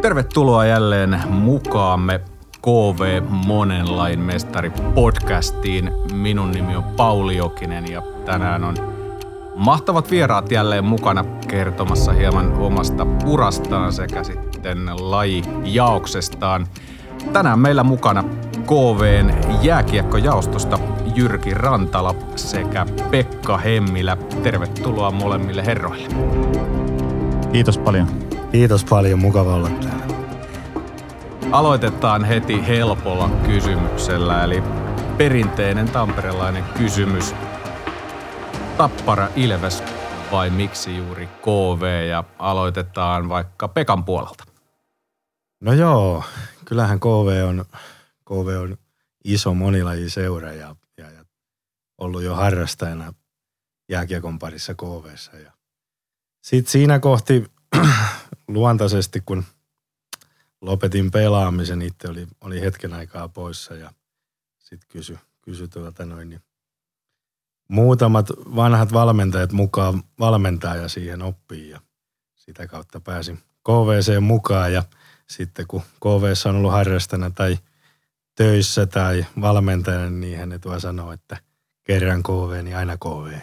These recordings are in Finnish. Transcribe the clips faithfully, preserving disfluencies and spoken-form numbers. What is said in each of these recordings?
Tervetuloa jälleen mukaamme K V Monenlain mestari podcastiin. Minun nimi on Pauli Jokinen ja tänään on mahtavat vieraat jälleen mukana kertomassa hieman omasta urastaan sekä sitten lajijaoksestaan. Tänään meillä mukana K V:n jääkiekkojaostosta Jyrki Rantala sekä Pekka Hemmilä. Tervetuloa molemmille herroille. Kiitos paljon. Kiitos paljon, mukava olla täällä. Aloitetaan heti helpolla kysymyksellä, eli perinteinen tamperelainen kysymys. Tappara Ilves vai miksi juuri K V? Ja aloitetaan vaikka Pekan puolelta. No joo, kyllähän K V on, K V on iso monilajiseura ja, ja, ja ollut jo harrastajana jääkiekon parissa K V:ssä. Ja sitten siinä kohti luontaisesti, kun lopetin pelaamisen, itse oli, oli hetken aikaa poissa ja sitten kysy, kysy tuolta noin, niin muutamat vanhat valmentajat mukaan valmentaa ja siihen oppii ja sitä kautta pääsin K V:seen mukaan ja sitten kun K V:ssä on ollut harrastana tai töissä tai valmentajana, niin hän tuo sanoo, että kerran K V, niin aina K V.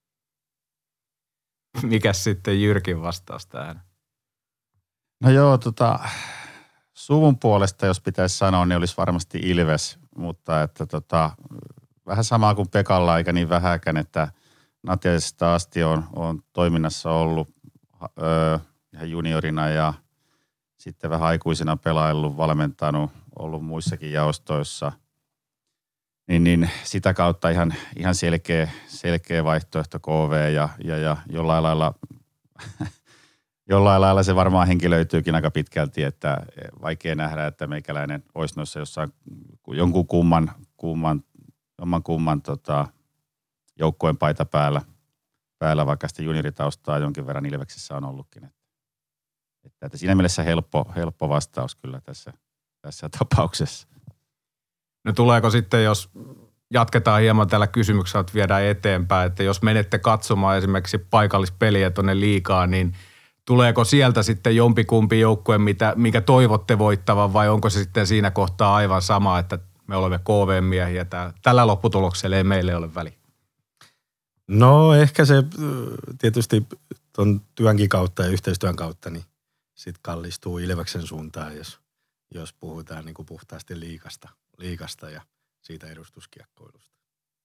Mikäs sitten Jyrkin vastaus tähän? No joo, tota, suvun puolesta, jos pitäisi sanoa, niin olisi varmasti Ilves, mutta että tota, vähän samaa kuin Pekalla, eikä niin vähäkään, että Natiaisesta asti on, on toiminnassa ollut öö, ihan juniorina ja sitten vähän aikuisina pelaillut, valmentanut, ollut muissakin jaostoissa. Niin, niin sitä kautta ihan, ihan selkeä, selkeä vaihtoehto K V ja, ja, ja jollain lailla, jollain lailla se varmaan henkilöityykin aika pitkälti, että vaikea nähdä, että meikäläinen olisi noissa jossain jonkun kumman, kumman, oman kumman tota, joukkueen paita päällä, päällä, vaikka sitä junioritaustaa jonkin verran Ilveksessä on ollutkin. Että, että siinä mielessä helppo, helppo vastaus kyllä tässä, tässä tapauksessa. No tuleeko sitten, jos jatketaan hieman tällä kysymyksellä, että viedään eteenpäin, että jos menette katsomaan esimerkiksi paikallispeliä tuonne liigaan, niin tuleeko sieltä sitten jompikumpi joukkue, mitä, mikä toivotte voittavan vai onko se sitten siinä kohtaa aivan sama, että me olemme K V-miehiä, tällä lopputuloksella ei meille ole väliä? No ehkä se tietysti tuon työnkin kautta ja yhteistyön kautta niin sitten kallistuu Ilveksen suuntaan, jos, jos puhutaan niin kuin puhtaasti liigasta. liigasta ja siitä edustuskiekkoilusta.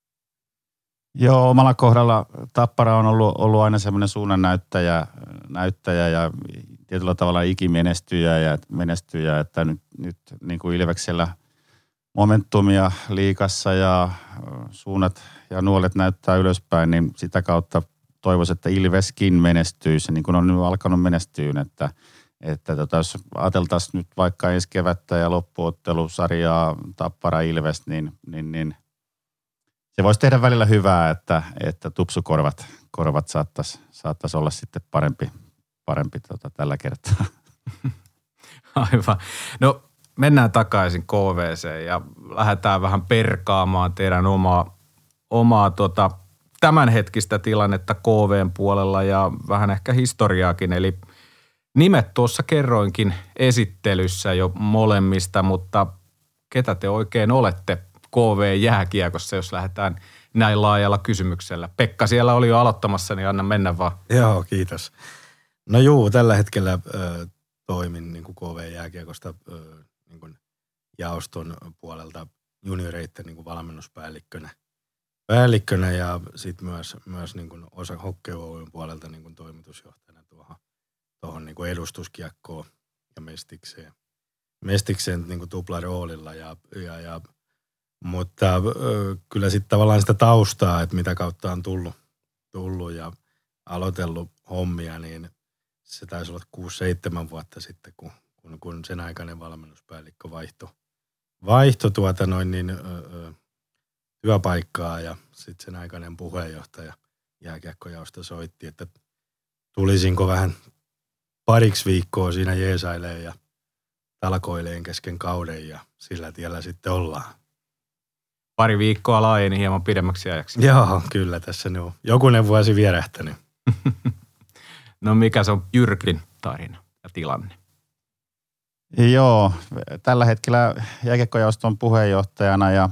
Joo, omalla kohdalla Tappara on ollut, ollut aina semmoinen suunnannäyttäjä näyttäjä ja tietyllä tavalla ikimenestyjä ja menestyjä, että nyt, nyt niin kuin Ilveksellä momentumia liigassa ja suunnat ja nuolet näyttää ylöspäin, niin sitä kautta toivoisin, että Ilveskin menestyisi, niin kuin on nyt alkanut menestyyn, että Että tota, jos ajateltaisiin nyt vaikka ensi kevättä ja loppuottelusarjaa Tappara Ilves, niin, niin, niin se voisi tehdä välillä hyvää, että, että tupsukorvat korvat saattaisi saattais olla sitten parempi, parempi tota, tällä kertaa. Aivan. No mennään takaisin K V:seen ja lähdetään vähän perkaamaan teidän omaa, omaa tota, tämänhetkistä tilannetta K V:n puolella ja vähän ehkä historiaakin, eli nimet tuossa kerroinkin esittelyssä jo molemmista, mutta ketä te oikein olette K V-jääkiekossa, jos lähdetään näin laajalla kysymyksellä? Pekka siellä oli jo aloittamassa, niin anna mennä vaan. Joo, kiitos. No juu, tällä hetkellä ö, toimin niin kuin K V-jääkiekosta ö, niin kuin jaoston puolelta junioreitten niin kuin valmennuspäällikkönä päällikkönä ja sitten myös, myös niin kuin osa Hockey Oyn puolelta niin kuin toimitusjohtajana tuohon. tuohon niin kuin edustuskiekkoon ja mestikseen. Mestikseen niin kuin tuplaroolilla. Ja, ja, ja, mutta ö, kyllä sitten tavallaan sitä taustaa, että mitä kautta on tullut, tullut ja aloitellut hommia, niin se taisi olla kuusi seitsemän vuotta sitten, kun, kun, kun sen aikainen valmennuspäällikkö vaihtoi vaihto tuota noin niin, ö, ö, työpaikkaa ja sitten sen aikainen puheenjohtaja jääkiekkojaosta soitti, että tulisinko vähän pariksi viikkoa siinä jeesailee ja talkoileen kesken kauden ja sillä tiellä sitten ollaan. Pari viikkoa laajeni hieman pidemmäksi ajaksi. Joo, kyllä tässä nyt on jokunen vuosi vierähtänyt. No mikä se on Jyrkin tarina ja tilanne? Joo, tällä hetkellä jääkiekkojaoston puheenjohtajana ja,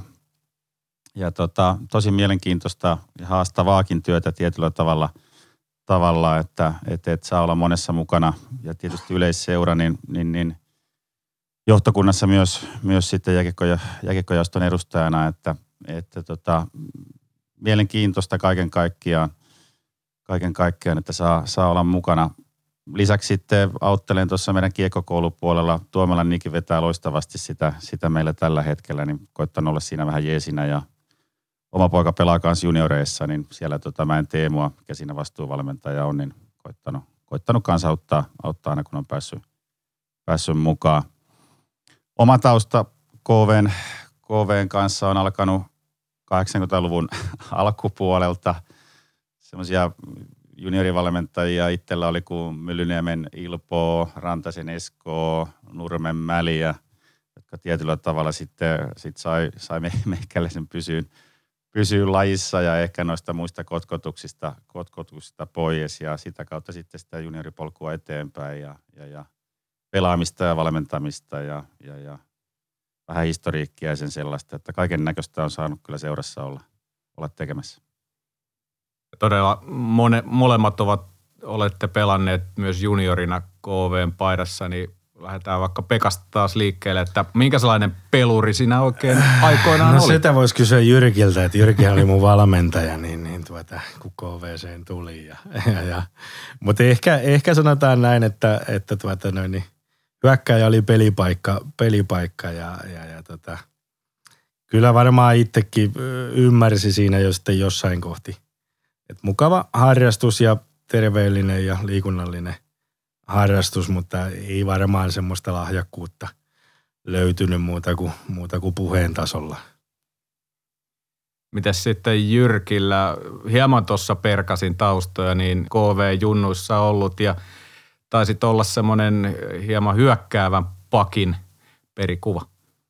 ja tota, tosi mielenkiintoista ja haastavaakin työtä tietyllä tavalla, tavalla että et, et saa olla monessa mukana ja tietysti yleisseura, niin, niin, niin johtokunnassa myös, myös sitten jääkiekko- jääkiekkojaoston edustajana, että, että tota, mielenkiintoista kaiken kaikkiaan, kaiken kaikkiaan, että saa, saa olla mukana. Lisäksi sitten auttelen tuossa meidän kiekkokoulupuolella. Tuomela Niki vetää loistavasti sitä, sitä meillä tällä hetkellä, niin koittanut olla siinä vähän jeesinä ja oma poika pelaa kanssa junioreissa, niin siellä tota, mä en Teemua, mikä siinä vastuuvalmentaja on, niin koittanut, koittanut kanssa auttaa, auttaa aina kun on päässyt, päässyt mukaan. Oma tausta K V:n, K V:n kanssa on alkanut kahdeksankymmentäluvun alkupuolelta. Semmoisia juniorivalmentajia itsellä oli kuin Myllyniemen Ilpo, Rantasen Esko, Nurmen Mäliä, jotka tietyllä tavalla sitten sit sai, sai meikäläisen pysyyn, pysyyn lajissa ja ehkä noista muista kotkotuksista, kotkotuksista pois ja sitä kautta sitten sitä junioripolkua eteenpäin ja, ja, ja pelaamista ja valmentamista ja, ja, ja vähän historiikkia ja sen sellaista, että kaiken näköistä on saanut kyllä seurassa olla, olla tekemässä. Todella mone, molemmat ovat, olette pelanneet myös juniorina K V:n paidassa, niin lähdetään vaikka Pekasta taas liikkeelle, että minkä sellainen peluri sinä oikein aikoinaan no oli? No sitä voisi kysyä Jyrkiltä, että Jyrki oli mun valmentaja, niin, niin tuota, kun K V:seen tuli. Ja, ja, ja. Mutta ehkä, ehkä sanotaan näin, että, että tuota, no, niin, hyökkääjä oli pelipaikka, pelipaikka ja, ja, ja tota, kyllä varmaan itsekin ymmärsi siinä jo sitten jossain kohti. Et mukava harrastus ja terveellinen ja liikunnallinen harrastus, mutta ei varmaan semmoista lahjakkuutta löytynyt muuta kuin, muuta kuin puheen tasolla. Mitäs sitten Jyrkillä? Hieman tuossa perkasin taustoja, niin K V-junnuissa ollut ja taisit olla semmoinen hieman hyökkäävän pakin perikuva.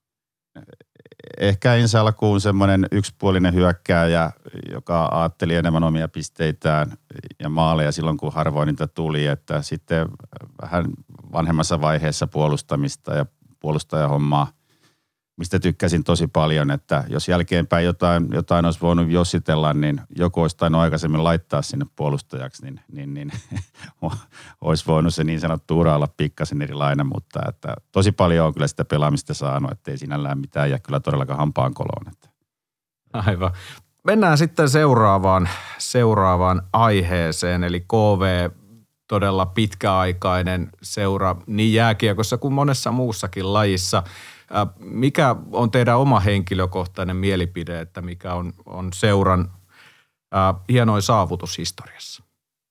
Ehkä ensi alkuun semmoinen yksipuolinen hyökkääjä, joka ajatteli enemmän omia pisteitään ja maaleja silloin, kun harvoin niitä tuli. Että sitten vähän vanhemmassa vaiheessa puolustamista ja puolustajahommaa, mistä tykkäsin tosi paljon. Että jos jälkeenpäin jotain, jotain olisi voinut jossitella, niin joku olisi tainnut aikaisemmin laittaa sinne puolustajaksi, niin, niin, niin olisi voinut se niin sanottu ura olla pikkasen erilainen. Mutta että tosi paljon on kyllä sitä pelaamista saanut, ettei sinällään mitään jää kyllä todellakaan hampaan koloon. Että. Aivan. Mennään sitten seuraavaan, seuraavaan aiheeseen, eli K V todella pitkäaikainen seura niin jääkiekossa kuin monessa muussakin lajissa. Mikä on teidän oma henkilökohtainen mielipide, että mikä on, on seuran ää, hienoin saavutus historiassa?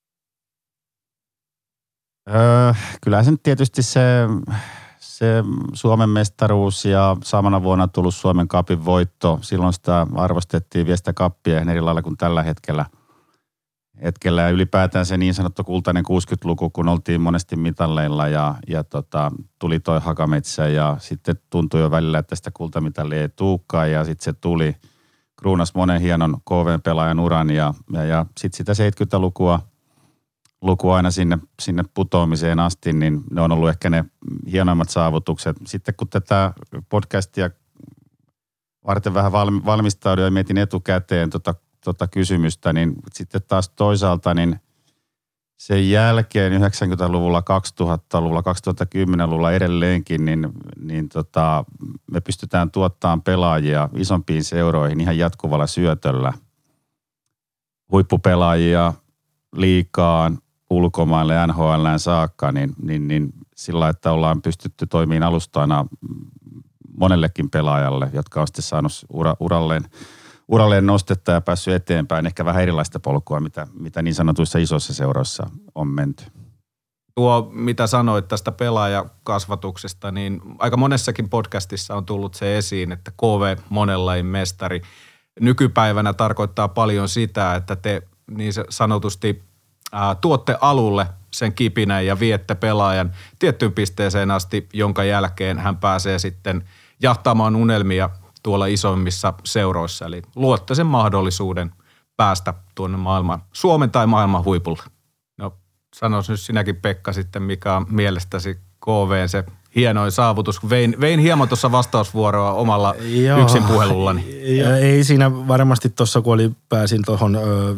Öö, kyllä se nyt tietysti se, se Suomen mestaruus ja samana vuonna tullut Suomen Cupin voitto. Silloin sitä arvostettiin vielä sitä kappia eri lailla kuin tällä hetkellä. hetkellä. Ja ylipäätään se niin sanottu kultainen kuusikymmentäluku, kun oltiin monesti mitalleilla ja, ja tota, tuli toi Hakametsä ja sitten tuntui jo välillä, että sitä kultamitalia ei tulekaan ja sitten se tuli. Kruunas monen hienon K V-pelaajan uran ja, ja, ja sitten sitä seitsemänkymmentälukua lukua aina sinne, sinne putoamiseen asti, niin ne on ollut ehkä ne hienoimmat saavutukset. Sitten kun tätä podcastia varten vähän valmistauduin ja mietin etukäteen tota Tota kysymystä, niin sitten taas toisaalta niin sen jälkeen yhdeksänkymmentäluvulla, kaksituhattaluvulla, kaksituhattakymmenluvulla edelleenkin, niin, niin tota, me pystytään tuottamaan pelaajia isompiin seuroihin ihan jatkuvalla syötöllä. Huippupelaajia liigaan, ulkomaille ja N H L:ään saakka, niin, niin, niin sillä, että ollaan pystytty toimimaan alustana monellekin pelaajalle, jotka on sitten saanut ura, uralleen uralleen nostetta ja päässyt eteenpäin. Ehkä vähän erilaista polkua, mitä, mitä niin sanotuissa isoissa seuroissa on menty. Tuo, mitä sanoit tästä pelaajakasvatuksesta, niin aika monessakin podcastissa on tullut se esiin, että K V monenlain mestari. Nykypäivänä tarkoittaa paljon sitä, että te niin sanotusti ää, tuotte alulle sen kipinän ja viette pelaajan tiettyyn pisteeseen asti, jonka jälkeen hän pääsee sitten jahtaamaan unelmia tuolla isommissa seuroissa. Eli luotte sen mahdollisuuden päästä tuonne maailman, Suomen tai maailman huipulle. No sanois nyt sinäkin Pekka sitten, mikä on mielestäsi K V:n se hienoin saavutus, kun vein, vein hieman tuossa vastausvuoroa omalla Joo, yksin puhelullani. Ja ei siinä varmasti tuossa, kun oli, pääsin tuohon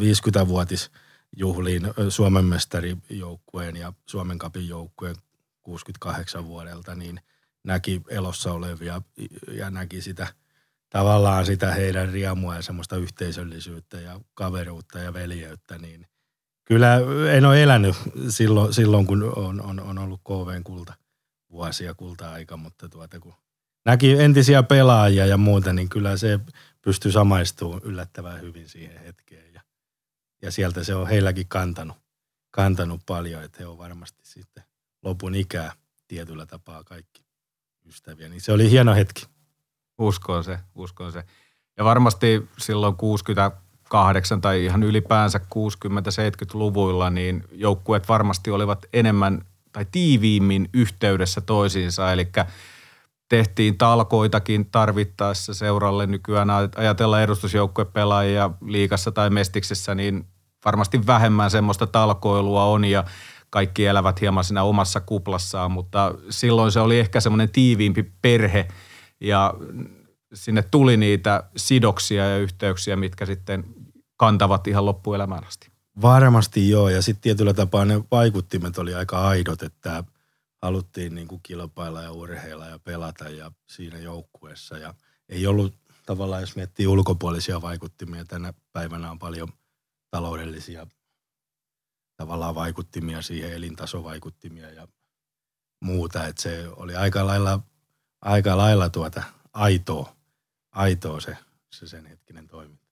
viisikymmentävuotisjuhliin Suomen mestarijoukkueen ja Suomen Cupin joukkueen kuusikymmentäkahdeksan vuodelta, niin näki elossa olevia ja näki sitä tavallaan sitä heidän riemua ja semmoista yhteisöllisyyttä ja kaveruutta ja veljeyttä, niin kyllä en ole elänyt silloin, silloin kun on, on, on ollut K V:n kulta vuosia, kulta-aika, mutta tuota, kun näki entisiä pelaajia ja muuta, niin kyllä se pystyy samaistumaan yllättävän hyvin siihen hetkeen. Ja, ja sieltä se on heilläkin kantanut, kantanut paljon, että he on varmasti sitten lopun ikää tietyllä tapaa kaikki ystäviä. Niin se oli hieno hetki. Uskon se, uskon se. Ja varmasti silloin kuusikymmentäkahdeksan tai ihan ylipäänsä kuusikymmentä-seitsemänkymmentäluvuilla, niin joukkueet varmasti olivat enemmän tai tiiviimmin yhteydessä toisiinsa, eli tehtiin talkoitakin tarvittaessa seuralle. Nykyään ajatellaan edustusjoukkuepelaajia liigassa tai mestiksessä, niin varmasti vähemmän semmoista talkoilua on ja kaikki elävät hieman siinä omassa kuplassaan, mutta silloin se oli ehkä semmoinen tiiviimpi perhe ja sinne tuli niitä sidoksia ja yhteyksiä, mitkä sitten kantavat ihan loppuelämään asti. Varmasti joo, ja sitten tietyllä tapaa ne vaikuttimet oli aika aidot, että haluttiin niin kuin kilpailla ja urheilla ja pelata ja siinä joukkueessa. Ja ei ollut tavallaan, jos miettii ulkopuolisia vaikuttimia, tänä päivänä on paljon taloudellisia tavallaan vaikuttimia siihen, elintasovaikuttimia ja muuta. Että se oli aika lailla, aika lailla tuota aitoa, aitoa se, se sen hetkinen toiminta.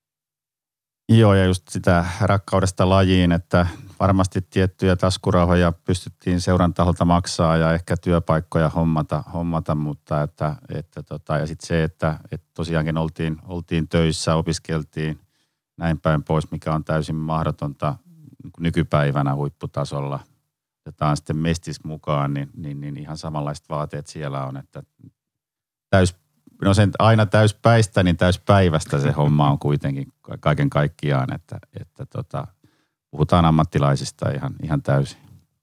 Joo, ja just sitä rakkaudesta lajiin, että varmasti tiettyjä taskurahoja pystyttiin seuran taholta maksaa ja ehkä työpaikkoja hommata, hommata mutta että, että tota, ja sitten se, että, että tosiaankin oltiin, oltiin töissä, opiskeltiin näin päin pois, mikä on täysin mahdotonta nykypäivänä huipputasolla. Otetaan sitten mestis mukaan, niin, niin, niin ihan samanlaiset vaateet siellä on, että täys No sen aina täyspäistä, niin täyspäivästä se homma on kuitenkin kaiken kaikkiaan, että, että tota, puhutaan ammattilaisista ihan, ihan täysin.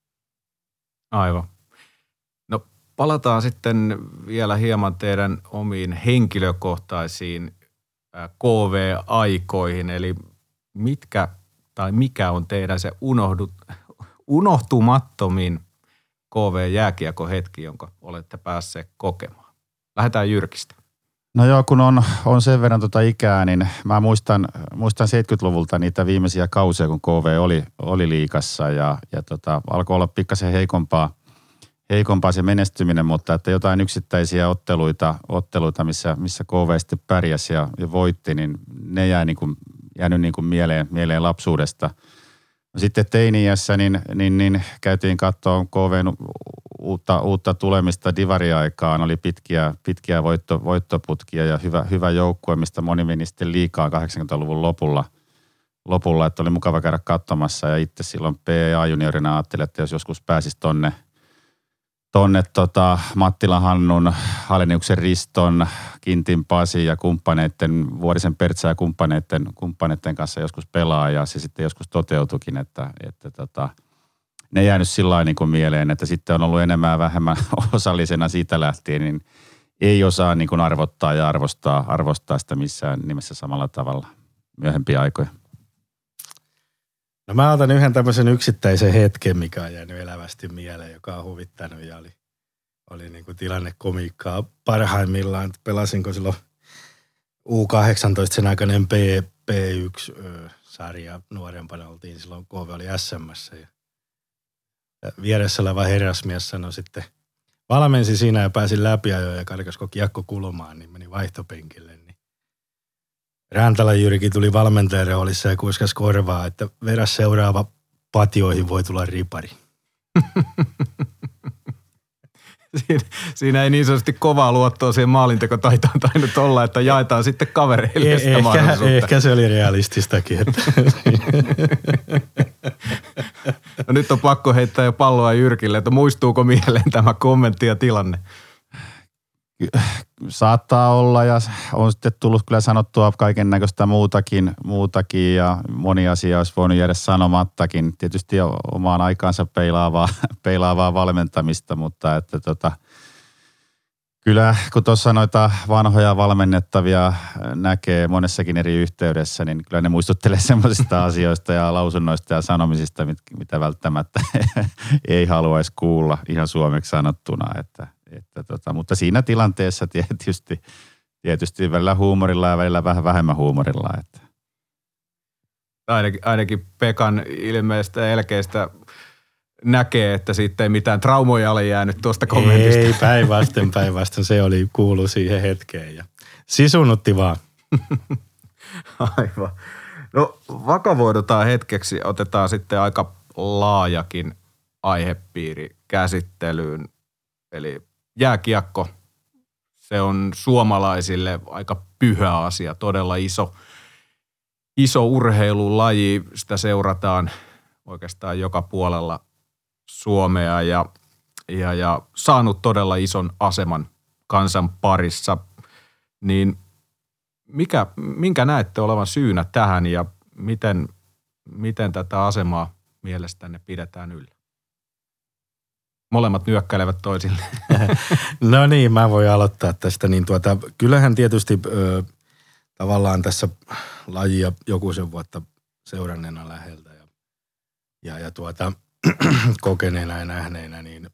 Aivan. No palataan sitten vielä hieman teidän omiin henkilökohtaisiin K V-aikoihin, eli mitkä tai mikä on teidän se unohdut, unohtumattomin K V-jääkiekkohetki, jonka olette päässeet kokemaan? Lähdetään Jyrkistä. No joo, kun on, on sen verran tota ikää, niin mä muistan, muistan seitsemänkymmentäluvulta niitä viimeisiä kausia, kun K V oli, oli liigassa ja, ja tota, alkoi olla pikkasen heikompaa, heikompaa se menestyminen, mutta että jotain yksittäisiä otteluita, otteluita missä, missä K V sitten pärjäsi ja, ja voitti, niin ne jäi niin kuin, jäänyt niin kuin mieleen, mieleen lapsuudesta. Sitten teini-iässä niin, niin, niin käytiin katsoa K V:n uutta, uutta tulemista divariaikaan. Oli pitkiä, pitkiä voitto, voittoputkia ja hyvä, hyvä joukkue, mistä moni meni sitten liikaa kahdeksankymmentäluvun lopulla, lopulla, että oli mukava käydä katsomassa. Ja itse silloin P A-juniorina ajattelin, että jos joskus pääsisi tonne, tonne tota Mattilan Hannun, Haleniuksen Riston, Kintin Pasi ja kumppaneiden, Vuorisen Pertsä ja kumppaneiden, kumppaneiden kanssa joskus pelaa ja se sitten joskus toteutuikin, että, että tota, ne jäänyt sillä lailla niin kuin mieleen, että sitten on ollut enemmän ja vähemmän osallisena siitä lähtien, niin ei osaa niin kuin arvottaa ja arvostaa, arvostaa sitä missään nimessä samalla tavalla myöhempiä aikoja. No mä otan yhden tämmöisen yksittäisen hetken, mikä on jäänyt elävästi mieleen, joka on huvittanut ja oli, oli niin kuin tilannekomiikkaa parhaimmillaan. Pelasinko silloin U kahdeksantoista sen aikainen P yksi-sarja nuorempana oltiin silloin, K V oli S M:ssä ja vieressä oleva herrasmies sanoi sitten, valmensi siinä ja pääsin läpi ajoin ja karkasko kiekko kulmaan, niin meni vaihtopenkille. Niin Räntalän Jyrki tuli valmentajan roolissa ja kuiskas korvaa, että vedä seuraava patioihin voi tulla ripari. Siinä, siinä ei niin sanotusti kovaa luottoa siihen maalintekotaitoon tainnut olla, että jaetaan sitten kavereille eh, sitä ehkä, mahdollisuutta. Ehkä se oli realististakin. Että. No nyt on pakko heittää jo palloa Jyrkille, että muistuuko mieleen tämä kommentti ja tilanne? Saattaa olla ja on sitten tullut kyllä sanottua kaiken näköistä muutakin, muutakin ja moni asia olisi voinut jäädä sanomattakin. Tietysti omaan aikaansa peilaavaa, peilaavaa valmentamista, mutta että tota, Kyllä, kun tuossa noita vanhoja valmennettavia näkee monessakin eri yhteydessä, niin kyllä ne muistuttelee semmoisista asioista ja lausunnoista ja sanomisista, mitä välttämättä ei haluaisi kuulla ihan suomeksi sanottuna. Että, että tota, mutta siinä tilanteessa tietysti, tietysti välillä huumorilla ja välillä vähän vähemmän huumorilla. Että. Ainakin, ainakin Pekan ilmeistä ja elkeistä näkee, että siitä ei mitään traumoja ole jäänyt tuosta kommentista. Ei, päinvasten, päinvasten. Se oli kuulu siihen hetkeen ja sisunnutti vaan. Aivan. No vakavoidutaan hetkeksi, otetaan sitten aika laajakin aihepiiri käsittelyyn. Eli jääkiekko, se on suomalaisille aika pyhä asia, todella iso, iso urheilulaji. Sitä seurataan oikeastaan joka puolella Suomea ja, ja, ja saanut todella ison aseman kansan parissa, niin mikä, minkä näette olevan syynä tähän ja miten, miten tätä asemaa mielestänne pidetään yllä? Molemmat nyökkäilevät toisille. No niin, mä voin aloittaa tästä. Niin tuota, kyllähän tietysti ö, tavallaan tässä lajia joku sen vuotta seuranneena läheltä ja, ja, ja tuota, kokeneena ja nähneenä, niin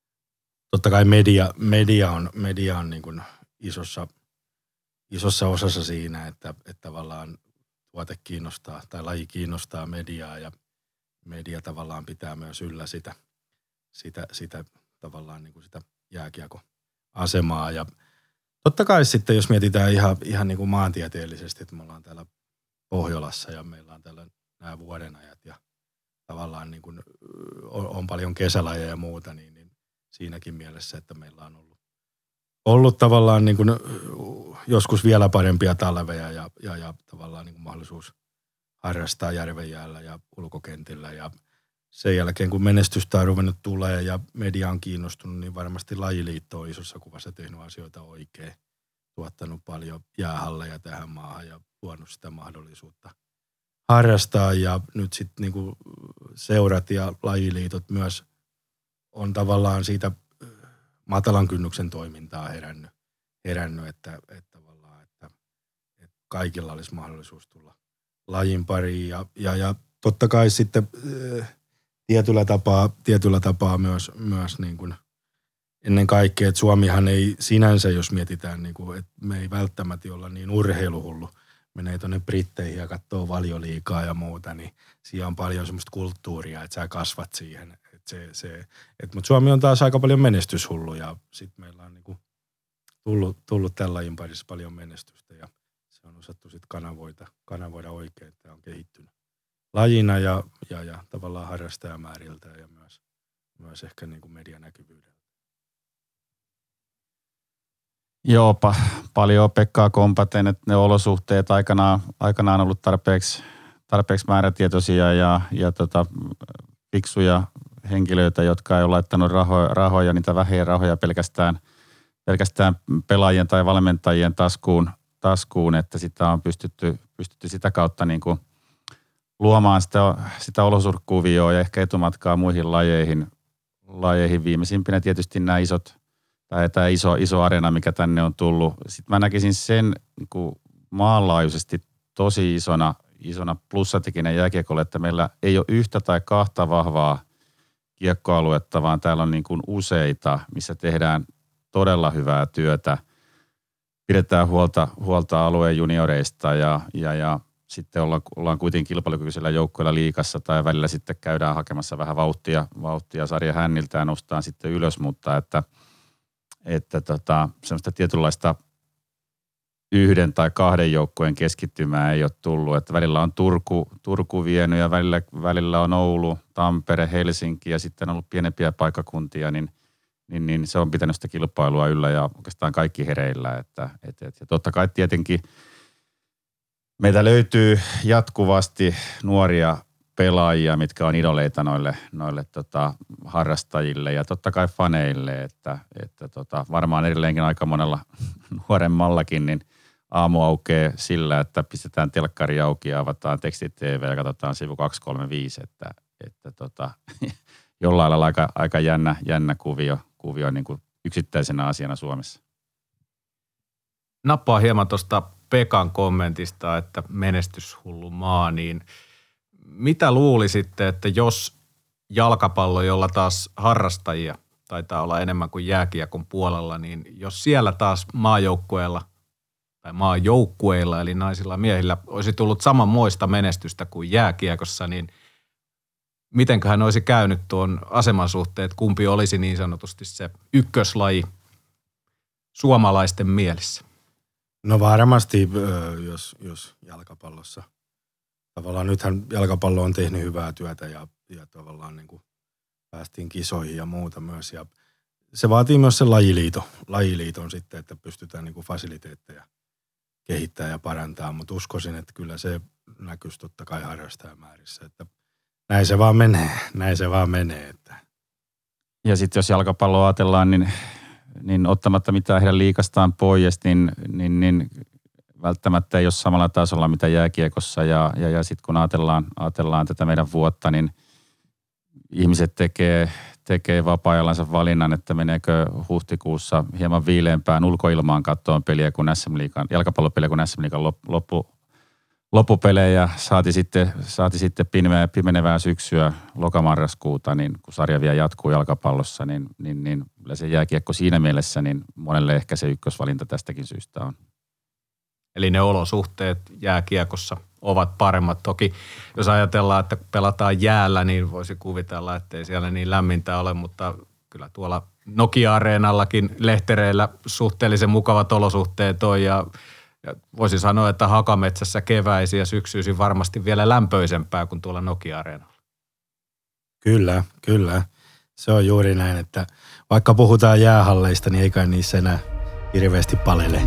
totta kai media, media on, media on niin kuin isossa, isossa osassa siinä, että, että tavallaan tuote kiinnostaa tai laji kiinnostaa mediaa ja media tavallaan pitää myös yllä sitä, sitä, sitä tavallaan niin kuin sitä jääkiekko-asemaa. Ja totta kai sitten, jos mietitään ihan, ihan niin kuin maantieteellisesti, että me ollaan täällä Pohjolassa ja meillä on täällä nämä vuodenajat ja tavallaan niin kuin on paljon kesälajeja ja muuta, niin, niin siinäkin mielessä, että meillä on ollut, ollut tavallaan niin kuin joskus vielä parempia talveja ja, ja, ja tavallaan niin kuin mahdollisuus harrastaa järvenjäällä ja ulkokentillä. Ja sen jälkeen, kun menestystä on ruvennut tulee ja media on kiinnostunut, niin varmasti lajiliitto on isossa kuvassa tehnyt asioita oikein, tuottanut paljon jäähalleja tähän maahan ja luonut sitä mahdollisuutta harrastaa ja nyt sitten niinku seurat ja lajiliitot myös on tavallaan siitä matalan kynnyksen toimintaa herännyt, herännyt että, että tavallaan, että, että kaikilla olisi mahdollisuus tulla lajin pariin ja, ja, ja totta kai sitten äh, tietyllä tapaa, tietyllä tapaa myös, myös niin kuin ennen kaikkea, että Suomihan ei sinänsä, jos mietitään, niin kuin, että me ei välttämättä olla niin urheiluhullu, menee tuonne Britteihin ja katsoo Valioliigaa ja muuta, niin siinä on paljon semmoista kulttuuria, että sä kasvat siihen. Että se, se, et, mutta Suomi on taas aika paljon menestyshullu ja sitten meillä on niinku tullut, tullut tällä lajin parissa paljon menestystä ja se on osattu sitten kanavoida, kanavoida oikein, että on kehittynyt lajina ja, ja, ja tavallaan harrastajamääriltä ja myös, myös ehkä niinku medianäkyvyydeltä. Joo, pa, paljon Pekkaa kompaten, että ne olosuhteet aikanaan, aikanaan ollut tarpeeksi, tarpeeksi määrätietoisia ja, ja tota, fiksuja henkilöitä, jotka ei ole laittanut rahoja, rahoja niitä vähiä rahoja pelkästään, pelkästään pelaajien tai valmentajien taskuun, taskuun että sitä on pystytty, pystytty sitä kautta niin kuin luomaan sitä, sitä olosuhdekuvioa ja ehkä etumatkaa muihin lajeihin, lajeihin. Viimeisimpinä tietysti nämä isot tai tämä iso, iso areena, mikä tänne on tullut. Sitten mä näkisin sen niin kuin maanlaajuisesti tosi isona, isona plussatekijänä jääkiekolle, että meillä ei ole yhtä tai kahta vahvaa kiekkoaluetta, vaan täällä on niin kuin useita, missä tehdään todella hyvää työtä. Pidetään huolta, huolta alueen junioreista ja, ja, ja sitten ollaan, ollaan kuitenkin kilpailukykyisellä joukkoilla liigassa tai välillä sitten käydään hakemassa vähän vauhtia, vauhtia sarja hänniltä ja noustaan sitten ylös, mutta että että tota, semmoista tietynlaista yhden tai kahden joukkojen keskittymää ei ole tullut. Että välillä on Turku, Turku vienyt ja välillä, välillä on Oulu, Tampere, Helsinki ja sitten on ollut pienempiä paikkakuntia, niin, niin, niin se on pitänyt sitä kilpailua yllä ja oikeastaan kaikki hereillä. Että, et, et, ja totta kai tietenkin meitä löytyy jatkuvasti nuoria pelaajia, mitkä on idoleita noille, noille tota, harrastajille ja totta kai faneille, että, että tota, varmaan edelleenkin aika monella nuoremmallakin, niin aamu aukeaa sillä, että pistetään telkkari auki ja avataan teksti-T V ja katsotaan sivu kaksi kolme viisi, että, että tota, jollain lailla aika, aika jännä, jännä kuvio, kuvio niin kuin yksittäisenä asiana Suomessa. nappaa hieman tuosta Pekan kommentista, että menestyshullu maa, niin mitä luulisitte, että jos jalkapallo, jolla taas harrastajia taitaa olla enemmän kuin jääkiekon puolella, niin jos siellä taas maajoukkueella tai maajoukkueilla, eli naisilla ja miehillä, olisi tullut samanmoista menestystä kuin jääkiekossa, niin mitenköhän olisi käynyt tuon aseman suhteen, että kumpi olisi niin sanotusti se ykköslaji suomalaisten mielissä? No varmasti, jos, jos jalkapallossa. Tavallaan nythän jalkapallo on tehnyt hyvää työtä ja, ja tavallaan niin kuin päästiin kisoihin ja muuta myös. Ja se vaatii myös sen lajiliiton, lajiliiton sitten, että pystytään niin kuin fasiliteetteja kehittämään ja parantamaan. Mutta uskoisin, että kyllä se näkyisi totta kai harrastajamäärissä. Että näin se vaan menee, näin se vaan menee. Että. Ja sitten jos jalkapalloa ajatellaan, niin, niin ottamatta mitään heidän liikastaan pois, niin, niin, niin välttämättä ei ole samalla tasolla mitä jääkiekossa. Ja, ja, ja sitten kun ajatellaan, ajatellaan tätä meidän vuotta, niin ihmiset tekee, tekee vapaa-ajallansa valinnan, että meneekö huhtikuussa hieman viileämpään ulkoilmaan kattoon peliä kuin S M-liigan, jalkapallopeliä kuin S M-liigan loppu, loppupelejä. Saati sitten, saati sitten pimeneä, pimenevää syksyä lokamarraskuuta, niin kun sarja vielä jatkuu jalkapallossa, niin, niin, niin se jääkiekko siinä mielessä, niin monelle ehkä se ykkösvalinta tästäkin syystä on. Eli ne olosuhteet jääkiekossa ovat paremmat. Toki jos ajatellaan, että pelataan jäällä, niin voisi kuvitella, että ei siellä niin lämmintä ole, mutta kyllä tuolla Nokia-areenallakin lehtereillä suhteellisen mukavat olosuhteet on ja, ja voisi sanoa, että Hakametsässä keväisin ja syksyisin varmasti vielä lämpöisempää kuin tuolla Nokia-areenalla. Kyllä, kyllä. Se on juuri näin, että vaikka puhutaan jäähalleista, niin ei kai niissä enää hirveästi palele.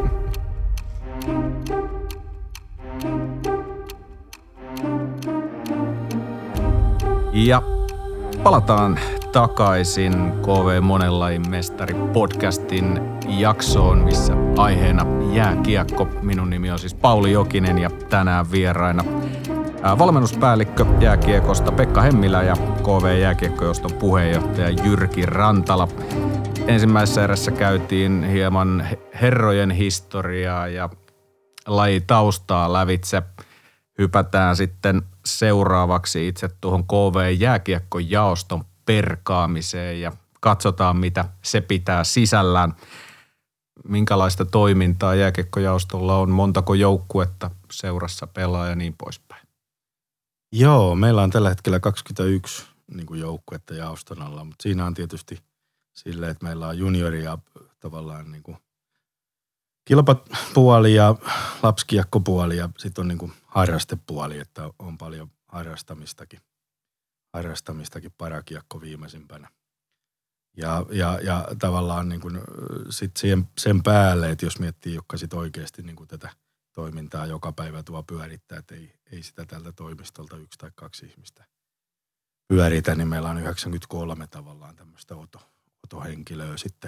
Ja palataan takaisin K V Monenlajin mestari podcastin jaksoon, missä aiheena jääkiekko. Minun nimi on siis Pauli Jokinen ja tänään vieraina valmennuspäällikkö jääkiekosta Pekka Hemmilä ja K V-jääkiekkojouston puheenjohtaja Jyrki Rantala. Ensimmäisessä erässä käytiin hieman herrojen historiaa ja lajitaustaa lävitse. Hypätään sitten seuraavaksi itse tuohon K V-jääkiekkojaoston perkaamiseen ja katsotaan, mitä se pitää sisällään. Minkälaista toimintaa jääkiekkojaostolla on, montako joukkuetta seurassa pelaa ja niin poispäin? Joo, meillä on tällä hetkellä kaksikymmentäyksi niin kuin joukkuetta jaoston alla, mutta siinä on tietysti silleen, että meillä on junioria tavallaan niin kuin kilpapuoli ja lapsikiekkopuoli ja sitten on niin kuin harrastepuoli, että on paljon harrastamistakin, harrastamistakin parakiekko viimeisimpänä. Ja, ja, ja tavallaan niin kuin sit siihen, sen päälle, että jos miettii, jotka sitten oikeasti niin kuin tätä toimintaa joka päivä tuo pyörittää, että ei, ei sitä tältä toimistolta yksi tai kaksi ihmistä pyöritä, niin meillä on yhdeksänkymmentäkolme tavallaan tämmöistä oto, otohenkilöä sitten,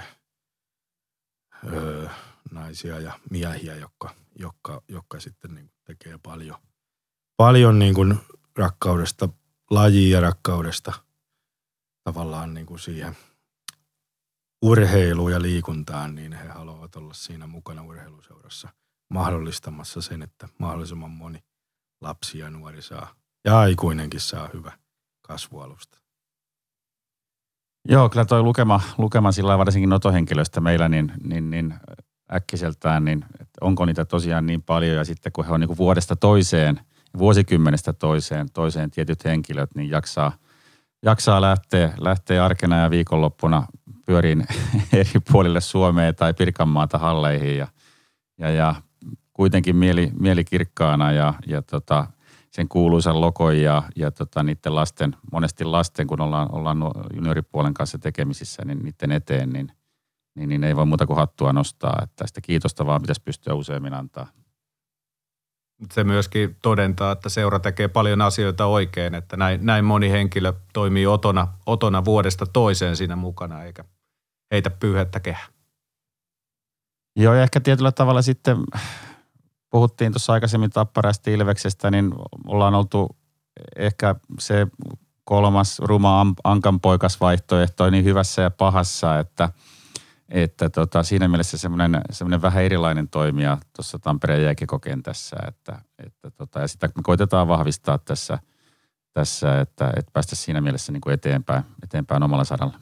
öö, naisia ja miehiä, jotka, jotka, jotka sitten niin kuin tekee paljon, paljon niin kuin rakkaudesta lajiin ja rakkaudesta tavallaan niin kuin siihen urheiluun ja liikuntaan, niin he haluavat olla siinä mukana urheiluseurassa mahdollistamassa sen, että mahdollisimman moni lapsi ja nuori saa ja aikuinenkin saa hyvä kasvualusta. Joo, kyllä toi lukema, lukema sillä varsinkin otohenkilöistä meillä, niin, niin, niin äkkiseltään, niin että onko niitä tosiaan niin paljon ja sitten kun he on niin kuin vuodesta toiseen, vuosikymmenestä toiseen, toiseen tietyt henkilöt, niin jaksaa, jaksaa lähteä, lähteä arkena ja viikonloppuna pyöriin eri puolille Suomea tai Pirkanmaata halleihin ja, ja, ja kuitenkin mieli, mieli kirkkaana ja, ja tota, sen kuuluisan lokon ja, ja tota, niiden lasten, monesti lasten, kun ollaan, ollaan junioripuolen kanssa tekemisissä, niin niiden eteen, niin, niin, niin ei voi muuta kuin hattua nostaa. Että tästä kiitosta vaan pitäisi pystyä useammin antaa. Se myöskin todentaa, että seura tekee paljon asioita oikein, että näin, näin moni henkilö toimii otona, otona vuodesta toiseen siinä mukana, eikä heitä pyyhettä kehää. Joo, ja ehkä tietyllä tavalla sitten puhuttiin tuossa aikaisemmin Tapparasta Ilveksestä, niin ollaan oltu ehkä se kolmas ruma ankanpoikasvaihtoehto niin hyvässä ja pahassa, että, että tota, siinä mielessä semmoinen, semmoinen vähän erilainen toimija tuossa Tampereen jääkiekkokentässä, että, että tota, ja sitä me koitetaan vahvistaa tässä, tässä että, että päästä siinä mielessä niin kuin eteenpäin, eteenpäin omalla saralla.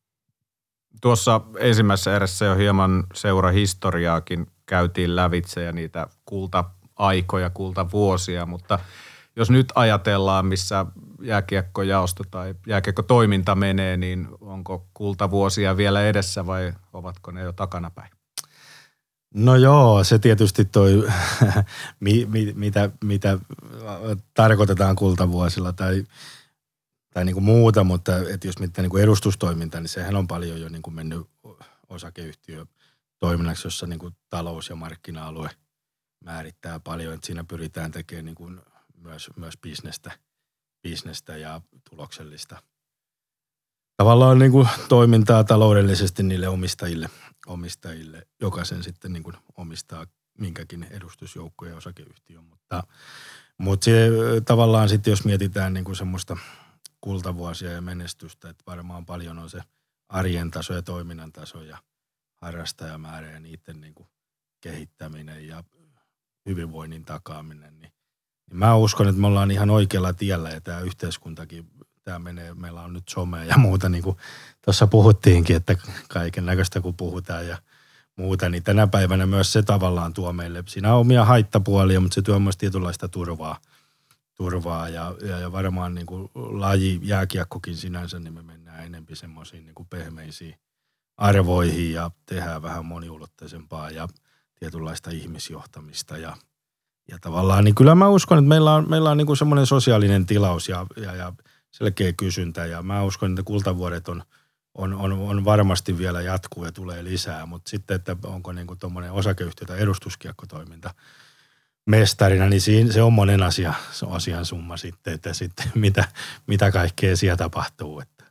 Tuossa ensimmäisessä erässä jo hieman seurahistoriaakin käytiin lävitse ja niitä kulta-aikoja, kultavuosia, mutta jos nyt ajatellaan, missä jääkiekkojaosto tai jääkiekkotoiminta menee, niin onko kultavuosia vielä edessä vai ovatko ne jo takanapäin? No joo, se tietysti toi, mi, mi, mitä, mitä tarkoitetaan kultavuosilla tai, tai niin kuin muuta, mutta et jos mietitään niin kuin edustustoiminta, niin sehän on paljon jo niin kuin mennyt osakeyhtiötoiminnaksi, jossa niin kuin talous- ja markkina-alue määrittää paljon, että siinä pyritään tekemään niin kuin myös, myös bisnestä, bisnestä ja tuloksellista tavallaan niin kuin toimintaa taloudellisesti niille omistajille, omistajille jokaisen sitten niin kuin omistaa minkäkin edustusjoukko ja osakeyhtiö, mutta, mutta se, tavallaan sitten jos mietitään niin kuin semmoista kultavuosia ja menestystä, että varmaan paljon on se arjen taso ja toiminnan taso ja harrastajamäärä ja niiden niin kuin kehittäminen ja hyvinvoinnin takaaminen, niin mä uskon, että me ollaan ihan oikealla tiellä ja tämä yhteiskuntakin, tämä menee, meillä on nyt somea ja muuta, niin kuin tuossa puhuttiinkin, että kaiken näköistä kun puhutaan ja muuta, niin tänä päivänä myös se tavallaan tuo meille, siinä on omia haittapuolia, mutta se tuo myös tietynlaista turvaa, turvaa ja, ja, ja varmaan niin kuin laji, jääkiekkokin sinänsä, niin me mennään enempi semmoisiin niin kuin pehmeisiin arvoihin ja tehdään vähän moniulotteisempaa ja tietynlaista ihmisjohtamista ja Ja tavallaan, niin kyllä mä uskon, että meillä on, meillä on niin kuin semmoinen sosiaalinen tilaus ja, ja, ja selkeä kysyntä. Ja mä uskon, että kultavuodet on, on, on, on varmasti vielä jatkuu ja tulee lisää. Mutta sitten, että onko niin kuin tuommoinen osakeyhtiö tai edustuskiekkotoiminta mestarina, niin siinä, se on monen asia, se on asian summa sitten, että sitten mitä, mitä kaikkea siellä tapahtuu. Että.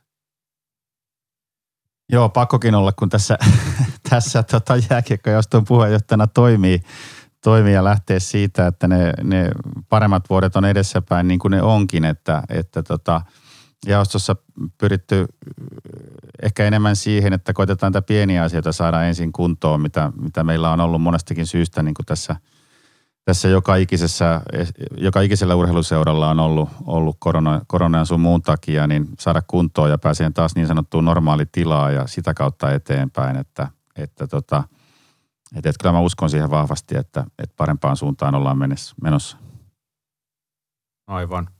Joo, pakkokin olla, kun tässä, tässä tota, jääkiekkojaoston puheenjohtajana toimii. toimia ja lähteä siitä, että ne, ne paremmat vuodet on edessäpäin niin kuin ne onkin, että, että tota, jaostossa pyritty ehkä enemmän siihen, että koitetaan näitä pieniä asioita saada ensin kuntoon, mitä, mitä meillä on ollut monestakin syystä niin kuin tässä, tässä joka, ikisessä, joka ikisellä urheiluseuralla on ollut, ollut korona, korona ja sun muun takia, niin saada kuntoon ja pääsee taas niin sanottuun normaalitilaa ja sitä kautta eteenpäin, että, että tota, Että et kyllä mä uskon siihen vahvasti, että, että parempaan suuntaan ollaan menossa. Aivan.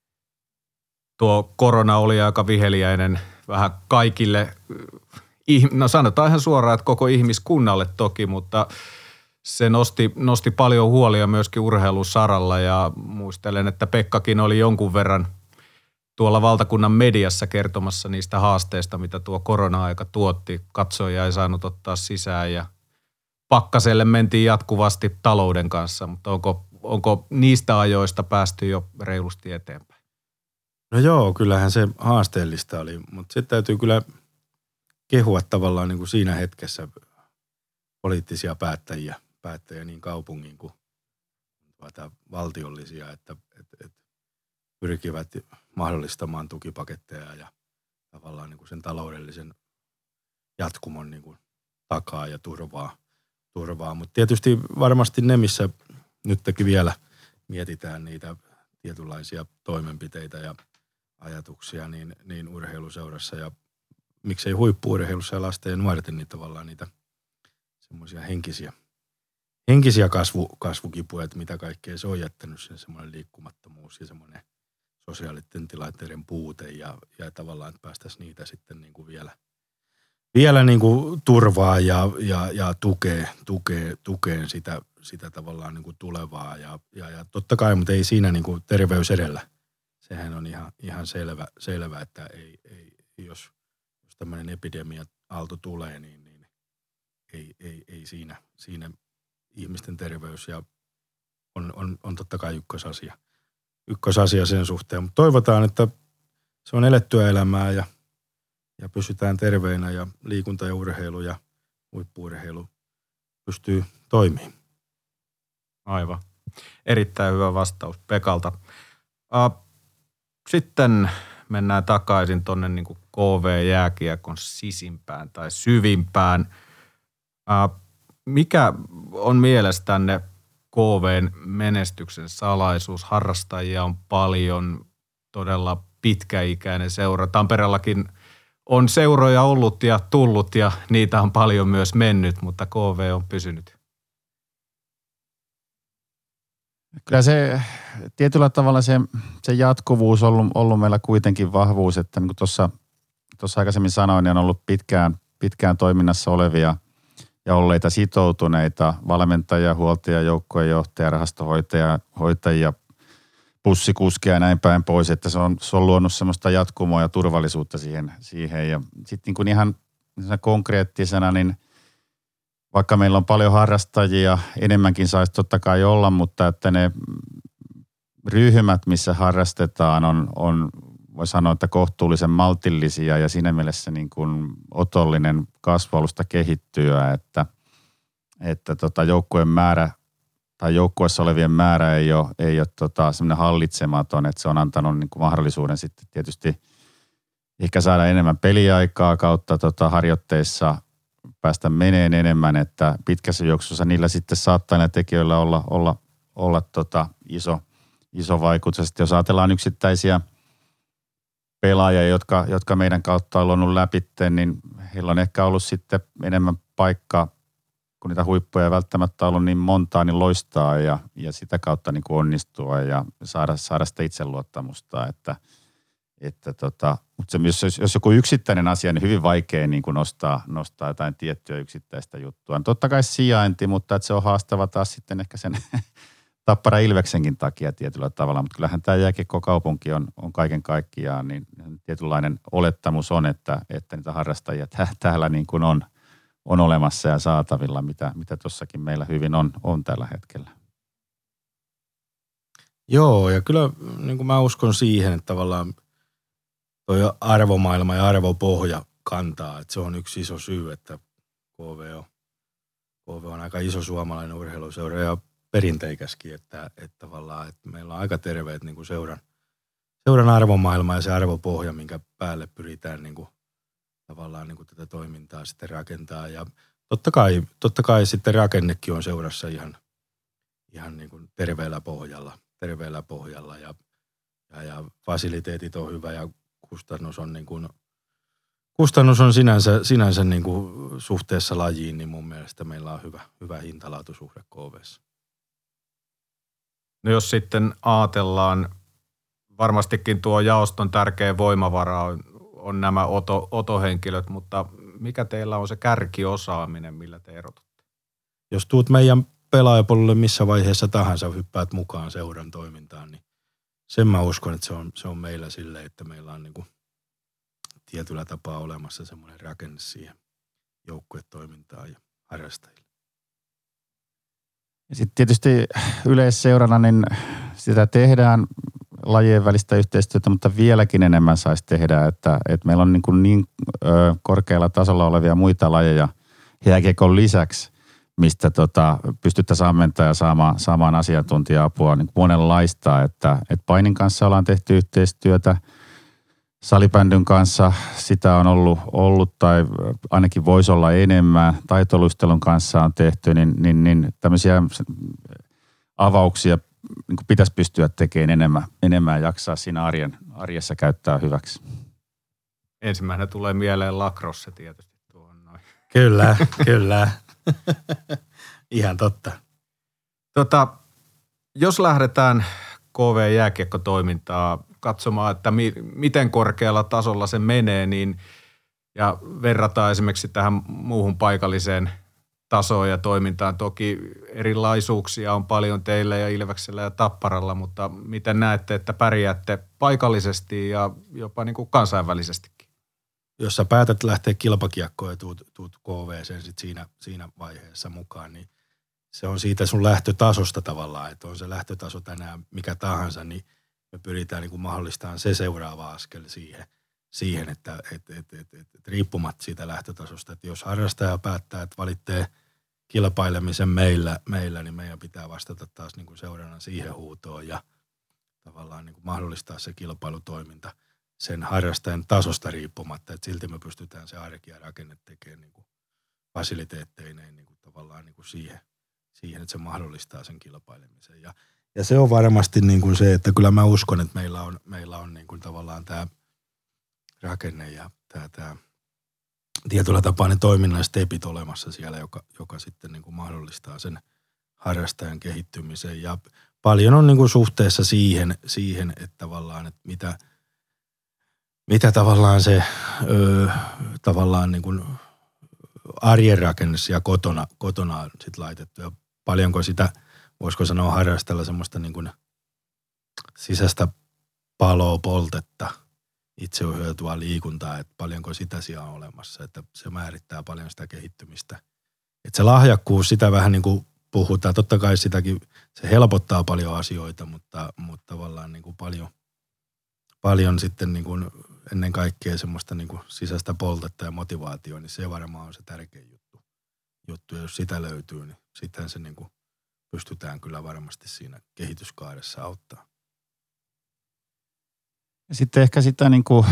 Tuo korona oli aika viheliäinen vähän kaikille, no sanotaan ihan suoraan, että koko ihmiskunnalle toki, mutta se nosti, nosti paljon huolia myöskin urheilusaralla ja muistelen, että Pekkakin oli jonkun verran tuolla valtakunnan mediassa kertomassa niistä haasteista, mitä tuo korona-aika tuotti. Katsoja ei saanut ottaa sisään ja pakkaselle mentiin jatkuvasti talouden kanssa, mutta onko, onko niistä ajoista päästy jo reilusti eteenpäin? No joo, kyllähän se haasteellista oli, mutta sitten täytyy kyllä kehua tavallaan niin kuin siinä hetkessä poliittisia päättäjiä, päättäjiä niin kaupungin kuin valtiollisia, että, että, että pyrkivät mahdollistamaan tukipaketteja ja tavallaan niin kuin sen taloudellisen jatkumon niin kuin takaa ja turvaa. turvaa. Mutta tietysti varmasti ne, missä nytkin vielä mietitään niitä tietynlaisia toimenpiteitä ja ajatuksia, niin, niin urheiluseurassa ja miksei huippu-urheilussa ja lasten ja nuorten niin tavallaan niitä semmoisia henkisiä, henkisiä kasvu, kasvukipuja, että mitä kaikkea se on jättänyt, sen semmoinen liikkumattomuus ja semmoinen sosiaalisten tilanteiden puute ja, ja tavallaan, että päästäisiin niitä sitten niin kuin vielä Vielä niin kuin turvaa ja, ja, ja tukee, tukee, tukeen sitä, sitä tavallaan niin kuin tulevaa. Ja, ja, ja totta kai, mutta ei siinä niin kuin terveys edellä. Sehän on ihan, ihan selvä, selvä, että ei, ei, jos, jos tämmöinen epidemia-aalto tulee, niin, niin ei, ei, ei siinä, siinä ihmisten terveys ja on, on, on totta kai ykkösasia. Ykkösasia sen suhteen, mutta toivotaan, että se on elettyä elämää ja Ja pysytään terveinä ja liikunta ja urheilu ja huippu-urheilu pystyy toimimaan. Aivan. Erittäin hyvä vastaus Pekalta. Sitten mennään takaisin tuonne niin kuin K V-jääkiekon sisimpään tai syvimpään. Äh, mikä on mielestänne K V:n menestyksen salaisuus? Harrastajia on paljon, todella pitkäikäinen seura. Tampereellakin on seuroja ollut ja tullut ja niitä on paljon myös mennyt, mutta K V on pysynyt. Kyllä se tietyllä tavalla se, se jatkuvuus on ollut, ollut meillä kuitenkin vahvuus, että niin kuin tuossa, tuossa aikaisemmin sanoin, niin on ollut pitkään, pitkään toiminnassa olevia ja olleita sitoutuneita valmentajia, huoltajia, joukkueenjohtajia, rahastohoitajia, hoitajia, bussikuskeja ja näin päin pois, että se on, se on luonut semmoista jatkumoa ja turvallisuutta siihen. siihen. Ja sitten niin ihan konkreettisena, niin vaikka meillä on paljon harrastajia, enemmänkin saisi totta kai olla, mutta että ne ryhmät, missä harrastetaan, on, on voi sanoa, että kohtuullisen maltillisia ja siinä mielessä niin kuin otollinen kasvualusta kehittyä, että, että tota joukkueen määrä tai joukkueessa olevien määrä ei ole, ei ole tota semmoinen hallitsematon, että se on antanut niin kuin mahdollisuuden sitten tietysti ehkä saada enemmän peliaikaa kautta tota harjoitteissa päästä meneen enemmän, että pitkässä juoksussa niillä sitten saattaa näillä tekijöillä olla, olla, olla tota iso, iso vaikutus. Sitten jos ajatellaan yksittäisiä pelaajia, jotka, jotka meidän kautta on luonut läpitten, niin heillä on ehkä ollut sitten enemmän paikkaa, kun niitä huippuja ei välttämättä ollut niin montaa, niin loistaa ja, ja sitä kautta niin kuin onnistua ja saada, saada sitä itseluottamusta. Että, että tota, mutta se, jos, jos joku yksittäinen asia, niin hyvin vaikea niin kuin nostaa, nostaa jotain tiettyä yksittäistä juttua. Totta kai sijainti, mutta että se on haastava taas sitten ehkä sen Tappara Ilveksenkin takia tietyllä tavalla. Mutta kyllähän tämä jääkiekkokaupunki on, on kaiken kaikkiaan, niin tietynlainen olettamus on, että, että niitä harrastajia täällä niin kuin on. on olemassa ja saatavilla, mitä, mitä tuossakin meillä hyvin on, on tällä hetkellä. Joo, ja kyllä niin kuin mä uskon siihen, että tavallaan toi arvomaailma ja arvopohja kantaa, että se on yksi iso syy, että K V on, K V on aika iso suomalainen urheiluseura ja perinteikäskin, että, että tavallaan että meillä on aika terveet niin kuin seuran, seuran arvomaailma ja se arvopohja, minkä päälle pyritään niin kuin tavallaan niin kuin tätä toimintaa sitten rakentaa ja totta kai, totta kai sitten rakennekin on seurassa ihan, ihan niin kuin terveellä pohjalla, terveellä pohjalla ja, ja, ja fasiliteetit on hyvä ja kustannus on niin kuin, kustannus on sinänsä, sinänsä niin kuin suhteessa lajiin, niin mun mielestä meillä on hyvä, hyvä hintalaatusuhde K V:ssä. No jos sitten ajatellaan, varmastikin tuo jaoston tärkeä voimavara on on nämä oto, otohenkilöt, mutta mikä teillä on se kärkiosaaminen, millä te erotutte? Jos tuut meidän pelaajapuolelle missä vaiheessa tahansa hyppäät mukaan seuran toimintaan, niin sen mä uskon, että se on, se on meillä silleen, että meillä on niin kuin tietyllä tapaa olemassa semmoinen rakenne siihen joukkuetoimintaan ja harrastajille. Sitten tietysti yleisseurana, niin sitä tehdään lajien välistä yhteistyötä, mutta vieläkin enemmän saisi tehdä, että, että meillä on niin, kuin niin ö, korkealla tasolla olevia muita lajeja jääkiekon lisäksi, mistä tota, pystyttäisiin ammentaa ja saamaan, saamaan asiantuntija-apua niin monenlaista, että, että painin kanssa ollaan tehty yhteistyötä, salibändyn kanssa sitä on ollut, ollut tai ainakin voisi olla enemmän, taitoluistelun kanssa on tehty, niin, niin, niin tämmöisiä avauksia niin kuin pitäisi pystyä tekemään enemmän, enemmän ja jaksaa siinä arjen, arjessa käyttää hyväksi. Ensimmäisenä tulee mieleen lacrosse tietysti tuohon noin. Kyllä, kyllä. Ihan totta. Tota, jos lähdetään K V-jääkiekkotoimintaa katsomaan, että mi- miten korkealla tasolla se menee, niin ja verrataan esimerkiksi tähän muuhun paikalliseen tasoon ja toimintaan. Toki erilaisuuksia on paljon teillä ja Ilveksellä ja Tapparalla, mutta miten näette, että pärjäätte paikallisesti ja jopa niin kuin kansainvälisestikin? Jos sä päätät lähteä kilpakiekkoon ja tuut, tuut K V:seen sit siinä, siinä vaiheessa mukaan, niin se on siitä sun lähtötasosta tavallaan, että on se lähtötaso tänään mikä tahansa, niin me pyritään niin kuin mahdollistamaan se seuraava askel siihen, siihen että et, et, et, et, et, riippumatta siitä lähtötasosta, että jos harrastaja päättää, että valitsee kilpailemisen meillä, meillä, niin meidän pitää vastata taas niin kuin seurana siihen huutoon ja tavallaan niin kuin mahdollistaa se kilpailutoiminta sen harrastajan tasosta riippumatta, että silti me pystytään se arki ja rakenne tekemään niin kuin fasiliteetteineen niin kuin tavallaan niin kuin siihen, siihen, että se mahdollistaa sen kilpailemisen. Ja, ja se on varmasti niin kuin se, että kyllä mä uskon, että meillä on, meillä on niin kuin tavallaan tämä rakenne ja tämä, tämä tietyllä tapaa ne toiminnalliset stepit olemassa siellä, joka, joka sitten niin kuin mahdollistaa sen harrastajan kehittymisen. Ja paljon on niin kuin suhteessa siihen, siihen, että tavallaan, että mitä, mitä tavallaan se öö, tavallaan niin kuin arjen rakenne ja kotona, kotona on sit laitettu. Ja paljonko sitä, voisiko sanoa harrastella semmoista niin kuin sisäistä paloa, poltetta, itseohjautua liikuntaa, että paljonko sitä siellä on olemassa, että se määrittää paljon sitä kehittymistä. Että se lahjakkuus, sitä vähän niin kuin puhutaan, totta kai sitäkin, se helpottaa paljon asioita, mutta, mutta tavallaan niin kuin paljon, paljon sitten niin kuin ennen kaikkea semmoista niin kuin sisäistä poltetta ja motivaatioa, niin se varmaan on se tärkein juttu. juttu. Ja jos sitä löytyy, niin sitten se niin kuin pystytään kyllä varmasti siinä kehityskaaressa auttaa. Sitten ehkä sitä niin kuin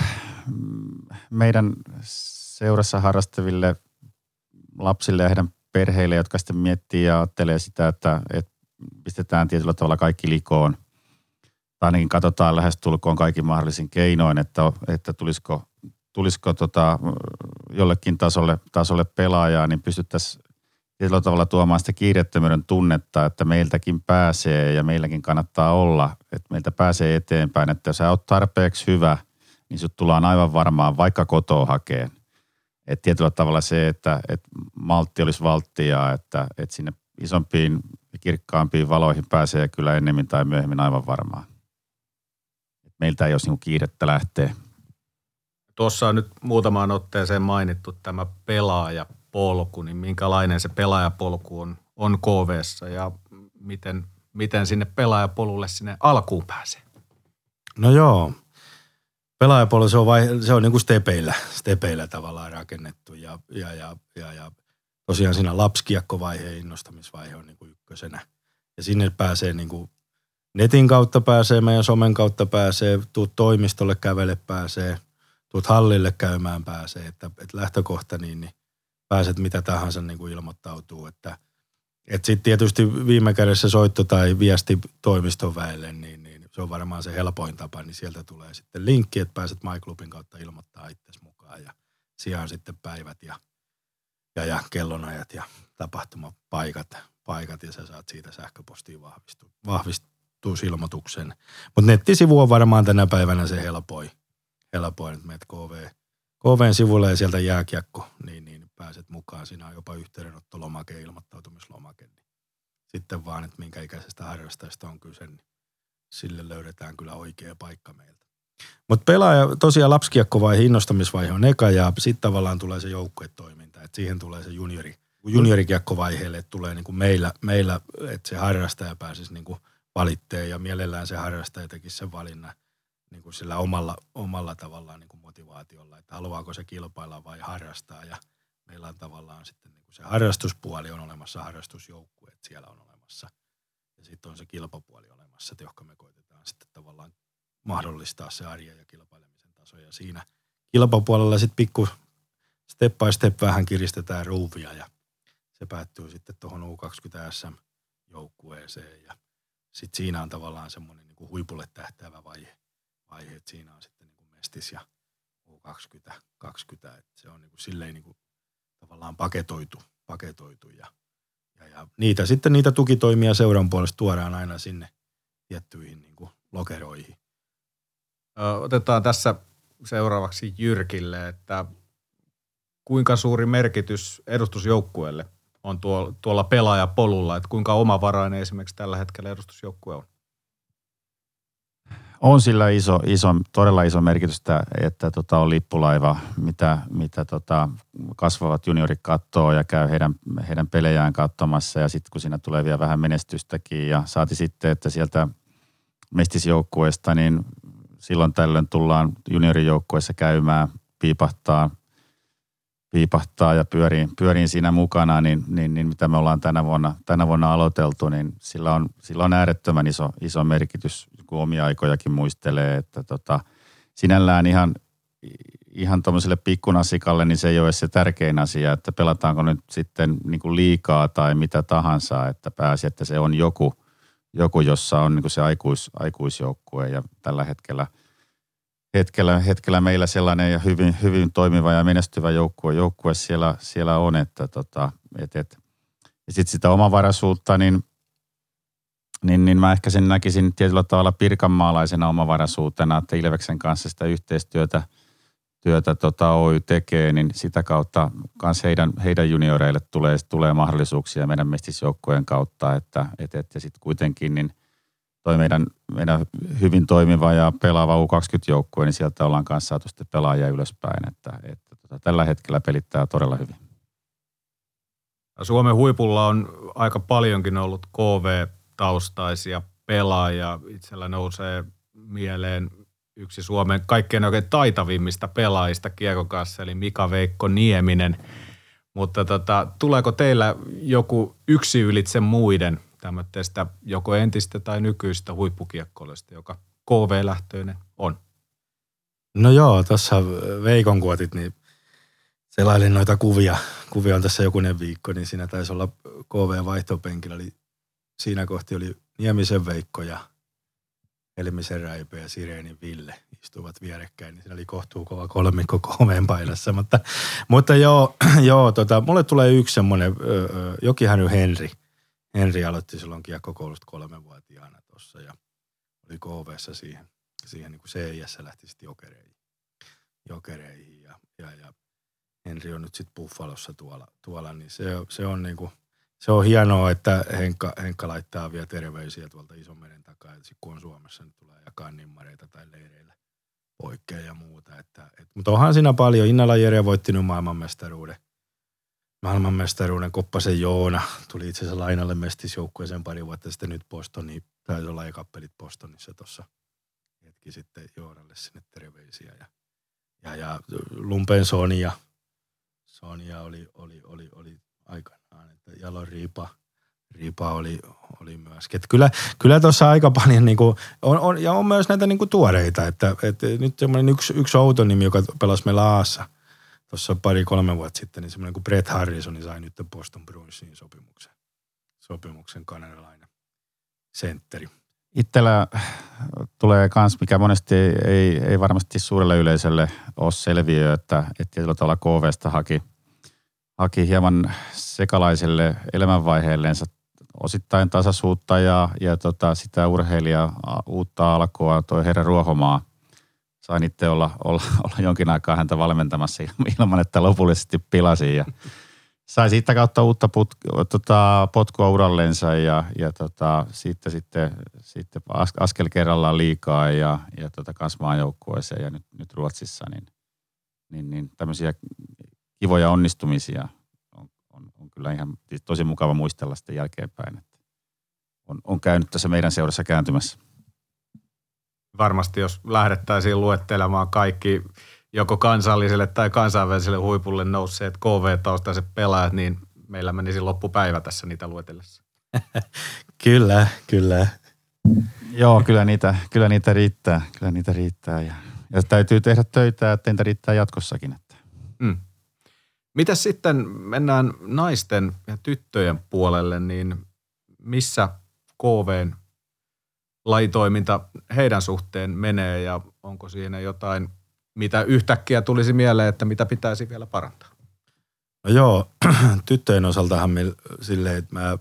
meidän seurassa harrastaville lapsille ja heidän perheille, jotka sitten miettii ja ajattelee sitä, että, että pistetään tietyllä tavalla kaikki likoon. Tai ainakin katsotaan lähestulkoon kaikin mahdollisin keinoin, että, että tulisiko, tulisiko tota jollekin tasolle, tasolle pelaajaa, niin pystyttäisiin tietyllä tavalla tuomaan sitä kiireettömyyden tunnetta, että meiltäkin pääsee ja meilläkin kannattaa olla, että meiltä pääsee eteenpäin, että jos sä oot tarpeeksi hyvä, niin sut tullaan aivan varmaan vaikka kotoa hakeen. Että tietyllä tavalla se, että, että maltti olisi valttia, että, että sinne isompiin ja kirkkaampiin valoihin pääsee kyllä ennemmin tai myöhemmin aivan varmaan. Meiltä ei olisi niin kiirettä lähteä. Tuossa on nyt muutamaan otteeseen mainittu tämä pelaajapolku, niin minkälainen se pelaajapolku on, on K V:ssä ja miten, miten sinne pelaajapolulle sinne alkuun pääsee? No joo, pelaajapolku se on, vai, se on niin kuin stepeillä, stepeillä tavallaan rakennettu ja, ja, ja, ja, ja tosiaan siinä lapskiekkovaihe, innostamisvaihe on niin kuin ykkösenä ja sinne pääsee niin kuin netin kautta pääsee, meidän somen kautta pääsee, tuut toimistolle kävele pääsee, tuut hallille käymään pääsee, että, että lähtökohta niin, niin pääset mitä tahansa niin kuin ilmoittautuu. Että, että sitten tietysti viime kädessä soitto tai viesti toimiston väelle, niin, niin se on varmaan se helpoin tapa, niin sieltä tulee sitten linkki, että pääset MyClubin kautta ilmoittaa itsesi mukaan ja siellä on sitten päivät ja, ja, ja kellonajat ja tapahtumapaikat paikat, ja sä saat siitä sähköpostiin vahvistu, vahvistusilmoituksen. Mutta nettisivu on varmaan tänä päivänä se helpoin. Helpoin, että menet K V, K V:n sivulle ja sieltä jääkiekko, niin, niin pääset mukaan. Siinä on jopa yhteydenottolomake, ilmoittautumislomake. Niin sitten vaan, että minkä ikäisestä harrastajasta on kyse, niin sille löydetään kyllä oikea paikka meiltä. Mutta pelaaja, tosiaan lapskiekkovaihe, innostamisvaihe on eka ja sitten tavallaan tulee se joukkuetoiminta. Että siihen tulee se juniori, juniorikiekkovaiheelle, että tulee niin kuin meillä, meillä, että se harrastaja pääsisi niin kuin valitteen ja mielellään se harrastaja tekisi sen valinnan niin kuin sillä omalla, omalla tavallaan niin kuin motivaatiolla, että haluaako se kilpailla vai harrastaa. Ja meillä on tavallaan sitten niin kuin se harrastuspuoli on olemassa, harrastusjoukkueet siellä on olemassa. Ja sitten on se kilpapuoli olemassa, että johon me koitetaan sitten tavallaan mahdollistaa se arjen ja kilpailemisen taso. Ja siinä kilpapuolella sitten pikku step by step vähän kiristetään ruuvia ja se päättyy sitten tuohon U kaksikymmentä S M-joukkueeseen. Ja sitten siinä on tavallaan semmoinen niin kuin huipulle tähtäävä vaihe. Vaihe, että siinä on sitten niin kuin Mestis ja U kaksikymmentä, kaksikymmentä, että se on niin kuin silleen niin kuin tavallaan paketoitu, paketoitu ja, ja, ja niitä sitten niitä tukitoimia seuran puolesta tuodaan aina sinne tiettyihin niin kuin lokeroihin. Otetaan tässä seuraavaksi Jyrkille, että kuinka suuri merkitys edustusjoukkueelle on tuolla pelaajapolulla, että kuinka omavarainen esimerkiksi tällä hetkellä edustusjoukkue on? On sillä iso, iso, todella iso merkitystä, että tota on lippulaiva, mitä, mitä tota kasvavat juniorit katsoo ja käy heidän, heidän pelejään katsomassa. Ja sitten kun siinä tulee vielä vähän menestystäkin ja saati sitten, että sieltä mestisjoukkueesta, niin silloin tällöin tullaan juniorijoukkueessa käymään, piipahtaa, piipahtaa ja pyöriin, pyöriin siinä mukana, niin, niin, niin mitä me ollaan tänä vuonna, tänä vuonna aloiteltu, niin sillä on, sillä on äärettömän iso, iso merkitys, kun omia aikojakin muistelee, että tota, sinällään ihan, ihan tuommoiselle pikkunasikalle, niin se ei ole se tärkein asia, että pelataanko nyt sitten niin kuin liikaa tai mitä tahansa, että pääsi, että se on joku, joku jossa on niin kuin se aikuis, aikuisjoukkue ja tällä hetkellä, hetkellä, hetkellä meillä sellainen ja hyvin, hyvin toimiva ja menestyvä joukkue, joukkue siellä, siellä on, että tota, et, et. Ja sitten sitä omavaraisuutta, niin Niin, niin mä ehkä sen näkisin tietyllä tavalla pirkanmaalaisena omavaraisuutena, että Ilveksen kanssa sitä yhteistyötä työtä tota Oy tekee, niin sitä kautta myös heidän, heidän junioreille tulee, tulee mahdollisuuksia meidän mestisjoukkueen kautta, että et, et, ja sitten kuitenkin niin toi meidän, meidän hyvin toimiva ja pelaava U kaksikymmentä-joukkue, niin sieltä ollaan kanssa saatu sitten pelaajia ylöspäin, että, että tota, tällä hetkellä pelittää todella hyvin. Suomen huipulla on aika paljonkin ollut K V-taustaisia pelaajia. Itsellä nousee mieleen yksi Suomen kaikkein oikein taitavimmista pelaajista kiekon kanssa, eli Mika-Veikko Nieminen. Mutta tota, tuleeko teillä joku yksi ylitse muiden tämmöistä joko entistä tai nykyistä huippukiekkoilista, joka K V-lähtöinen on? No joo, tuossa Veikon kuotit, niin selailin noita kuvia. Kuvia on tässä jokunen viikko, niin siinä taisi olla K V-vaihtopenkillä. Eli siinä kohti oli Niemisen Veikko ja Helmisen Raipe ja Sirenin Ville istuvat vierekkäin. Niin siinä oli kohtuu kova kolmikko K V:n paidassa. mutta, mutta joo, joo tota, mulle tulee yksi semmoinen, Jokihäny Henri. Henri aloitti silloin kiekkokoulusta kolmevuotiaana tuossa ja oli K V:ssä siihen, siihen niin kuin C I S lähti sitten jokereihin. jokereihin ja, ja, ja Henri on nyt sitten Buffalossa tuolla, tuolla niin se, se on niinku, se on hienoa, että Henkka, Henkka laittaa vielä terveisiä tuolta Isomeren takaa, että kun on Suomessa, niin tulee jakaa nimmareita tai leireillä poikkeja ja muuta. Että, et, mutta onhan siinä paljon. Innala Jere voitti nyt maailmanmestaruuden. Maailmanmestaruuden Koppasen Joona tuli itse asiassa lainalle mestisjoukkueeseen pari vuotta sitten nyt Bostoniin. Taisi olla ekappelit Bostonissa tuossa hetki sitten Joonalle sinne terveisiä. Ja, ja, ja Lumpen Sonia. Sonia oli, oli, oli, oli aikanaan, että Jalon Riipa, Riipa oli, oli myöskin. Että kyllä, kyllä tuossa aika paljon niin kuin, on, on, ja on myös näitä niin kuin tuoreita, että, että nyt semmoinen yksi, yksi outo nimi, joka pelasi meillä Aassa tuossa pari-kolme vuotta sitten, niin semmoinen kuin Brett Harrison sai nyt Boston Bruinsin sopimuksen, sopimuksen kanadalainen sentteri. Itsellä tulee kans, mikä monesti ei, ei varmasti suurelle yleisölle ole selviö, että, että tietyllä tavalla K V:stä haki, haki hieman sekalaiselle elämänvaiheelleensa osittain tasaisuutta ja, ja tota, sitä urheilijaa uutta alkua, toi herra Ruohomaa. Sain itse olla, olla, olla jonkin aikaa häntä valmentamassa ilman, että lopullisesti pilasin ja sai siitä kautta uutta put, tota, potkua urallensa ja, ja tota, sitten, sitten, sitten askel kerrallaan liikaa ja, ja tota, kans maajoukkueeseen ja nyt, nyt Ruotsissa, niin, niin, niin tämmöisiä kivoja onnistumisia on, on, on kyllä ihan tosi mukava muistella sitten jälkeenpäin, että on, on käynyt tässä meidän seurassa kääntymässä. Varmasti jos lähdettäisiin luettelemaan kaikki joko kansalliselle tai kansainväliselle huipulle nousseet K V-taustaiset pelaajat, niin meillä menisi loppupäivä tässä niitä luetellessa. Kyllä, kyllä. Joo, kyllä niitä, kyllä niitä riittää. Kyllä niitä riittää ja, ja täytyy tehdä töitä, että niitä riittää jatkossakin. Että. Mm. Mitäs sitten mennään naisten ja tyttöjen puolelle, niin missä K V:n lajitoiminta heidän suhteen menee ja onko siinä jotain, mitä yhtäkkiä tulisi mieleen, että mitä pitäisi vielä parantaa? No joo, tyttöjen osaltahan me silleen, että mä,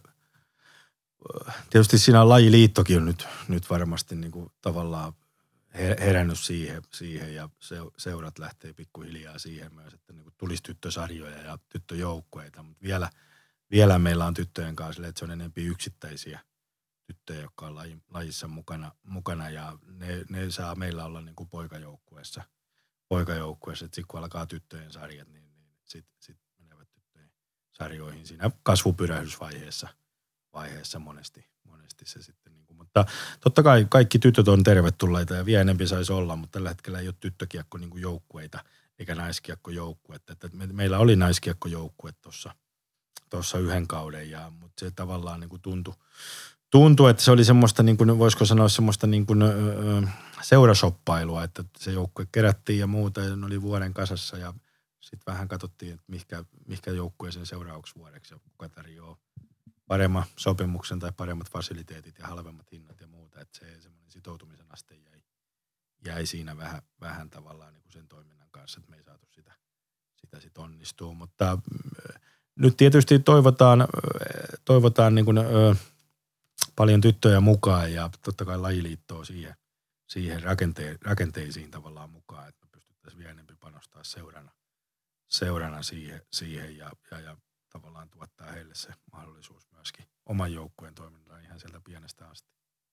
tietysti siinä lajiliittokin on nyt, nyt varmasti niin kuin tavallaan herännyt siihen, siihen ja seurat lähtee pikkuhiljaa siihen myös, että niin kuin tulisi tyttösarjoja ja tyttöjoukkueita, mutta vielä, vielä meillä on tyttöjen kanssa silleen, että se on enemmän yksittäisiä tyttöjä, jotka on lajissa mukana, mukana ja ne, ne saa meillä olla niin kuin poikajoukkueessa. poikajoukkueessa, että sitten kun alkaa tyttöjen sarjat, niin, niin sitten sit menevät tyttöjen sarjoihin siinä kasvupyrähdysvaiheessa vaiheessa monesti, monesti se sitten. Niin kuin, mutta totta kai kaikki tytöt on tervetulleita ja vielä enemmän saisi olla, mutta tällä hetkellä ei ole tyttökiekko niin kuin joukkueita eikä naiskiekkojoukkuetta. Että me, meillä oli naiskiekkojoukkue tuossa tuossa yhden kauden, ja, mutta se tavallaan niin kuin tuntui, tuntui, että se oli semmoista, niin kuin, voisiko sanoa semmoista niin kuin, öö, seurashoppailua, että se joukkue kerättiin ja muuta ja ne oli vuoden kasassa ja sitten vähän katsottiin, että mihinkä, mihinkä joukkueeseen seuraavaksi vuodeksi ja kuka tarjoaa paremman sopimuksen tai paremmat fasiliteetit ja halvemmat hinnat ja muuta, että se semmoinen sitoutumisen aste jäi, jäi siinä vähän, vähän tavallaan niin kuin sen toiminnan kanssa, että me ei saatu sitä, sitä sit onnistua, mutta äh, nyt tietysti toivotaan, äh, toivotaan niin kuin, äh, paljon tyttöjä mukaan ja totta kai lajiliittoa siihen, siihen rakente- rakenteisiin tavallaan mukaan, että me pystyttäisiin vielä enemmän panostaa seurana, seurana siihen, siihen ja, ja, ja tavallaan tuottaa heille se mahdollisuus myöskin oman joukkueen toimintaan ihan sieltä pienestä asti.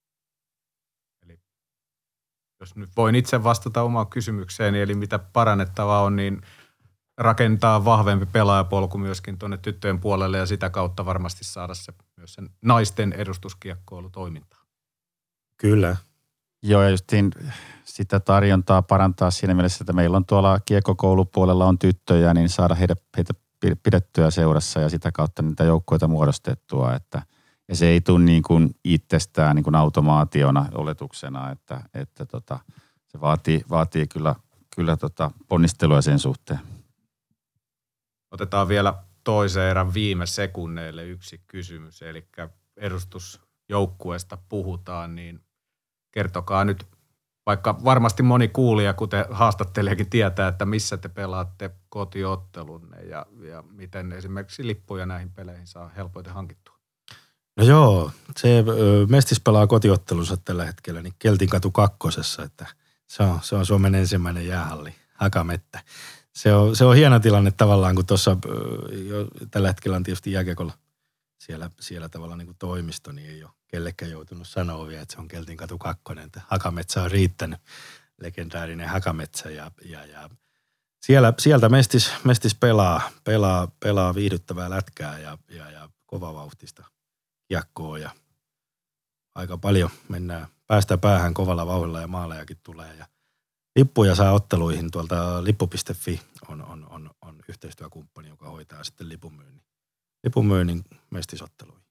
Eli jos nyt voin itse vastata omaan kysymykseeni, eli mitä parannettavaa on, niin rakentaa vahvempi pelaajapolku myöskin tuonne tyttöjen puolelle ja sitä kautta varmasti saada se myös sen naisten edustuskiekkoilu toimintaan. Kyllä. Joo, ja justiin sitä tarjontaa parantaa siinä mielessä, että meillä on tuolla kiekkokoulupuolella on tyttöjä, niin saada heitä, heitä pidettyä seurassa ja sitä kautta niitä joukkoita muodostettua. Että, ja se ei tule niin kuin itsestään niin kuin automaationa, oletuksena, että, että tota, se vaatii, vaatii kyllä, kyllä tota ponnistelua sen suhteen. Otetaan vielä toisen erän viime sekunneille yksi kysymys, eli edustusjoukkueesta puhutaan, niin kertokaa nyt, vaikka varmasti moni kuulija, kuten haastattelijakin tietää, että missä te pelaatte kotiottelunne ja, ja miten esimerkiksi lippuja näihin peleihin saa helpoiten hankittua. No joo, se Mestis pelaa kotiottelunsa tällä hetkellä niin Keltinkatu kakkosessa, että se on, se on Suomen ensimmäinen jäähalli, Hakamettä. Se on, se on hieno tilanne tavallaan, kun tuossa tällä hetkellä on tietysti jääkiekolla siellä, siellä tavallaan niin kuin toimisto, niin ei ole kellekään joutunut sanoa vielä, että se on Keltinkatu kakkonen, että Hakametsä on riittänyt, legendaarinen Hakametsä ja, ja, ja siellä, sieltä Mestis, Mestis pelaa, pelaa, pelaa viihdyttävää lätkää ja, ja, ja kovavauhtista kiekkoa ja aika paljon mennään päästä päähän kovalla vauhdilla ja maalejakin tulee ja lippuja saa otteluihin tuolta lippu piste fi on, on, on, on yhteistyökumppani, joka hoitaa sitten lipunmyynnin, lipunmyynnin mestisotteluihin.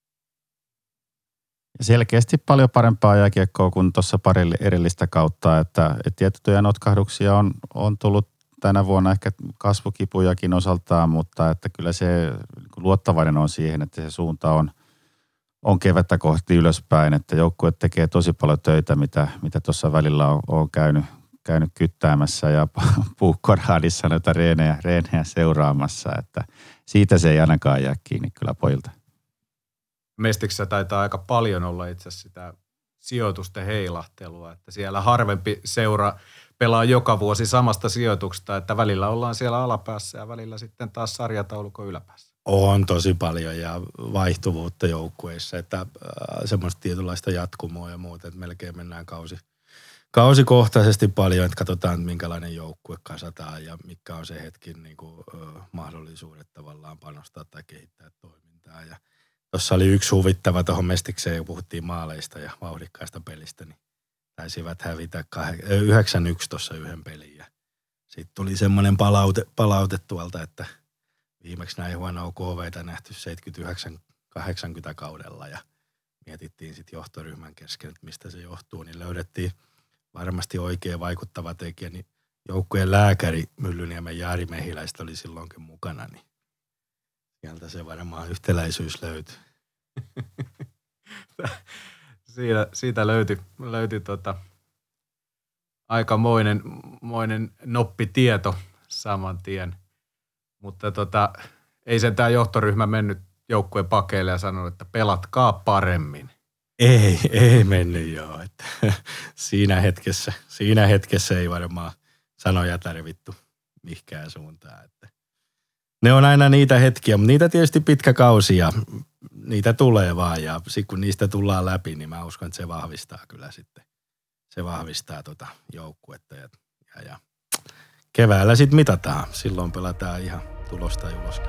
Ja selkeästi paljon parempaa jääkiekkoa kuin tuossa pari erillistä kautta, että, että tiettyjä notkahduksia on, on tullut tänä vuonna ehkä kasvukipujakin osaltaan, mutta että kyllä se luottavainen on siihen, että se suunta on, on kevättä kohti ylöspäin, että joukkue tekee tosi paljon töitä, mitä, mitä tuossa välillä on, on käynyt, käynyt kyttäämässä ja puukkoraadissa noita reenejä, reenejä seuraamassa, että siitä se ei ainakaan jää kiinni kyllä pojilta. Mestiksessä taitaa aika paljon olla itse asiassa sitä sijoitusten heilahtelua, että siellä harvempi seura pelaa joka vuosi samasta sijoituksesta, että välillä ollaan siellä alapäässä ja välillä sitten taas sarjataulukon yläpäässä. On tosi paljon ja vaihtuvuutta joukkueissa, että äh, semmoista tietynlaista jatkumoa ja muuta, että melkein mennään kausi, kausikohtaisesti paljon, että katsotaan minkälainen joukkue kasataan ja mikä on se hetkin niin kuin, äh, mahdollisuudet tavallaan panostaa tai kehittää toimintaa. Ja tuossa oli yksi huvittava tuohon Mestikseen, kun puhuttiin maaleista ja vauhdikkaista pelistä, niin taisivat hävitä yhdeksän yksi tuossa yhden pelin. Ja sitten tuli semmoinen palaute, palaute tuolta, että viimeksi näin huonoa K V:tä nähty seitsemänkymmentäyhdeksän kahdeksankymmentä kaudella ja mietittiin sitten johtoryhmän kesken, että mistä se johtuu, niin löydettiin varmasti oikein vaikuttava tekijä, niin joukkueen lääkäri Myllyniemen Jaari Mehiläistä oli silloinkin mukana, niin sieltä se varmaan yhtäläisyys löytyi. Siitä, siitä löytyi, löytyi tota aikamoinen moinen noppitieto saman tien. Mutta tota, ei sen tämä johtoryhmä mennyt joukkueen pakeille ja sanonut, että pelatkaa paremmin. Ei, ei mennyt joo. Että siinä, hetkessä, siinä hetkessä ei varmaan sanoja tarvittu mihinkään suuntaan. Että ne on aina niitä hetkiä, mutta niitä tietysti pitkä kausi ja niitä tulee vaan. Ja sitten kun niistä tullaan läpi, niin mä uskon, että se vahvistaa kyllä sitten. Se vahvistaa tota joukkuetta ja, ja, ja keväällä sitten mitataan. Silloin pelataan ihan tulosta ja uloskin.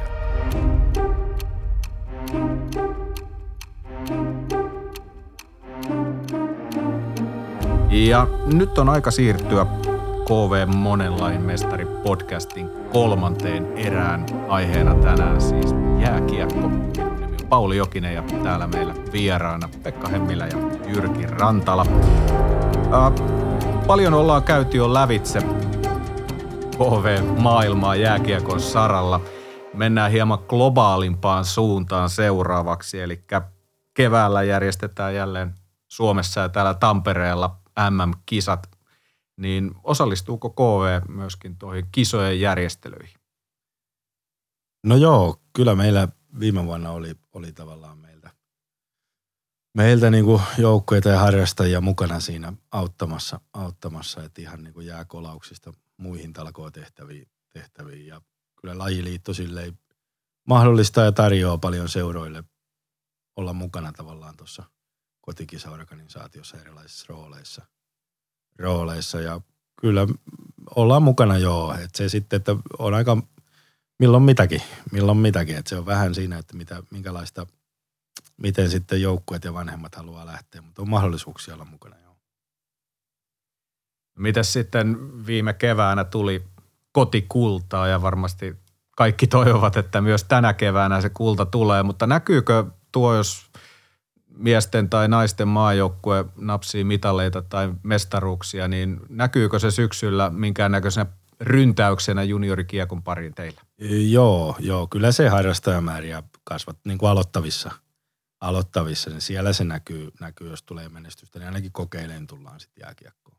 Ja nyt on aika siirtyä K V Monenlain mestari podcastin kolmanteen erään. Aiheena tänään siis jääkiekko. Minun nimi Pauli Jokinen ja täällä meillä vieraana Pekka Hemmilä ja Jyrki Rantala. Ää, paljon ollaan käyty jo lävitse K V-maailmaa jääkiekon saralla. Mennään hieman globaalimpaan suuntaan seuraavaksi, eli keväällä järjestetään jälleen Suomessa ja täällä Tampereella M M-kisat. Niin osallistuuko K V myöskin tuohon kisojen järjestelyihin? No joo, kyllä meillä viime vuonna oli, oli tavallaan meiltä, meiltä niin kuin joukkueita ja harrastajia mukana siinä auttamassa, auttamassa että ihan niin kuin jääkolauksista muihin talkootehtäviin tehtäviin. Ja kyllä lajiliitto silleen mahdollistaa ja tarjoaa paljon seuroille olla mukana tavallaan tuossa kotikisaorganisaatiossa erilaisissa rooleissa. rooleissa. Ja kyllä ollaan mukana joo, että se sitten, että on aika milloin mitäkin, milloin mitäkin, että se on vähän siinä, että mitä, minkälaista, miten sitten joukkueet ja vanhemmat haluaa lähteä, mutta on mahdollisuuksia olla mukana joo. Mitäs sitten viime keväänä tuli kotikultaa ja varmasti kaikki toivovat, että myös tänä keväänä se kulta tulee, mutta näkyykö tuo, jos miesten tai naisten maajoukkue napsii mitaleita tai mestaruuksia, niin näkyykö se syksyllä minkäännäköisenä ryntäyksenä juniorikiekon pariin teillä? Joo, joo, kyllä se harrastajamääriä kasvat niin kuin aloittavissa, aloittavissa, niin siellä se näkyy, näkyy, jos tulee menestystä, niin ainakin kokeileen tullaan sitten jääkiekkoon.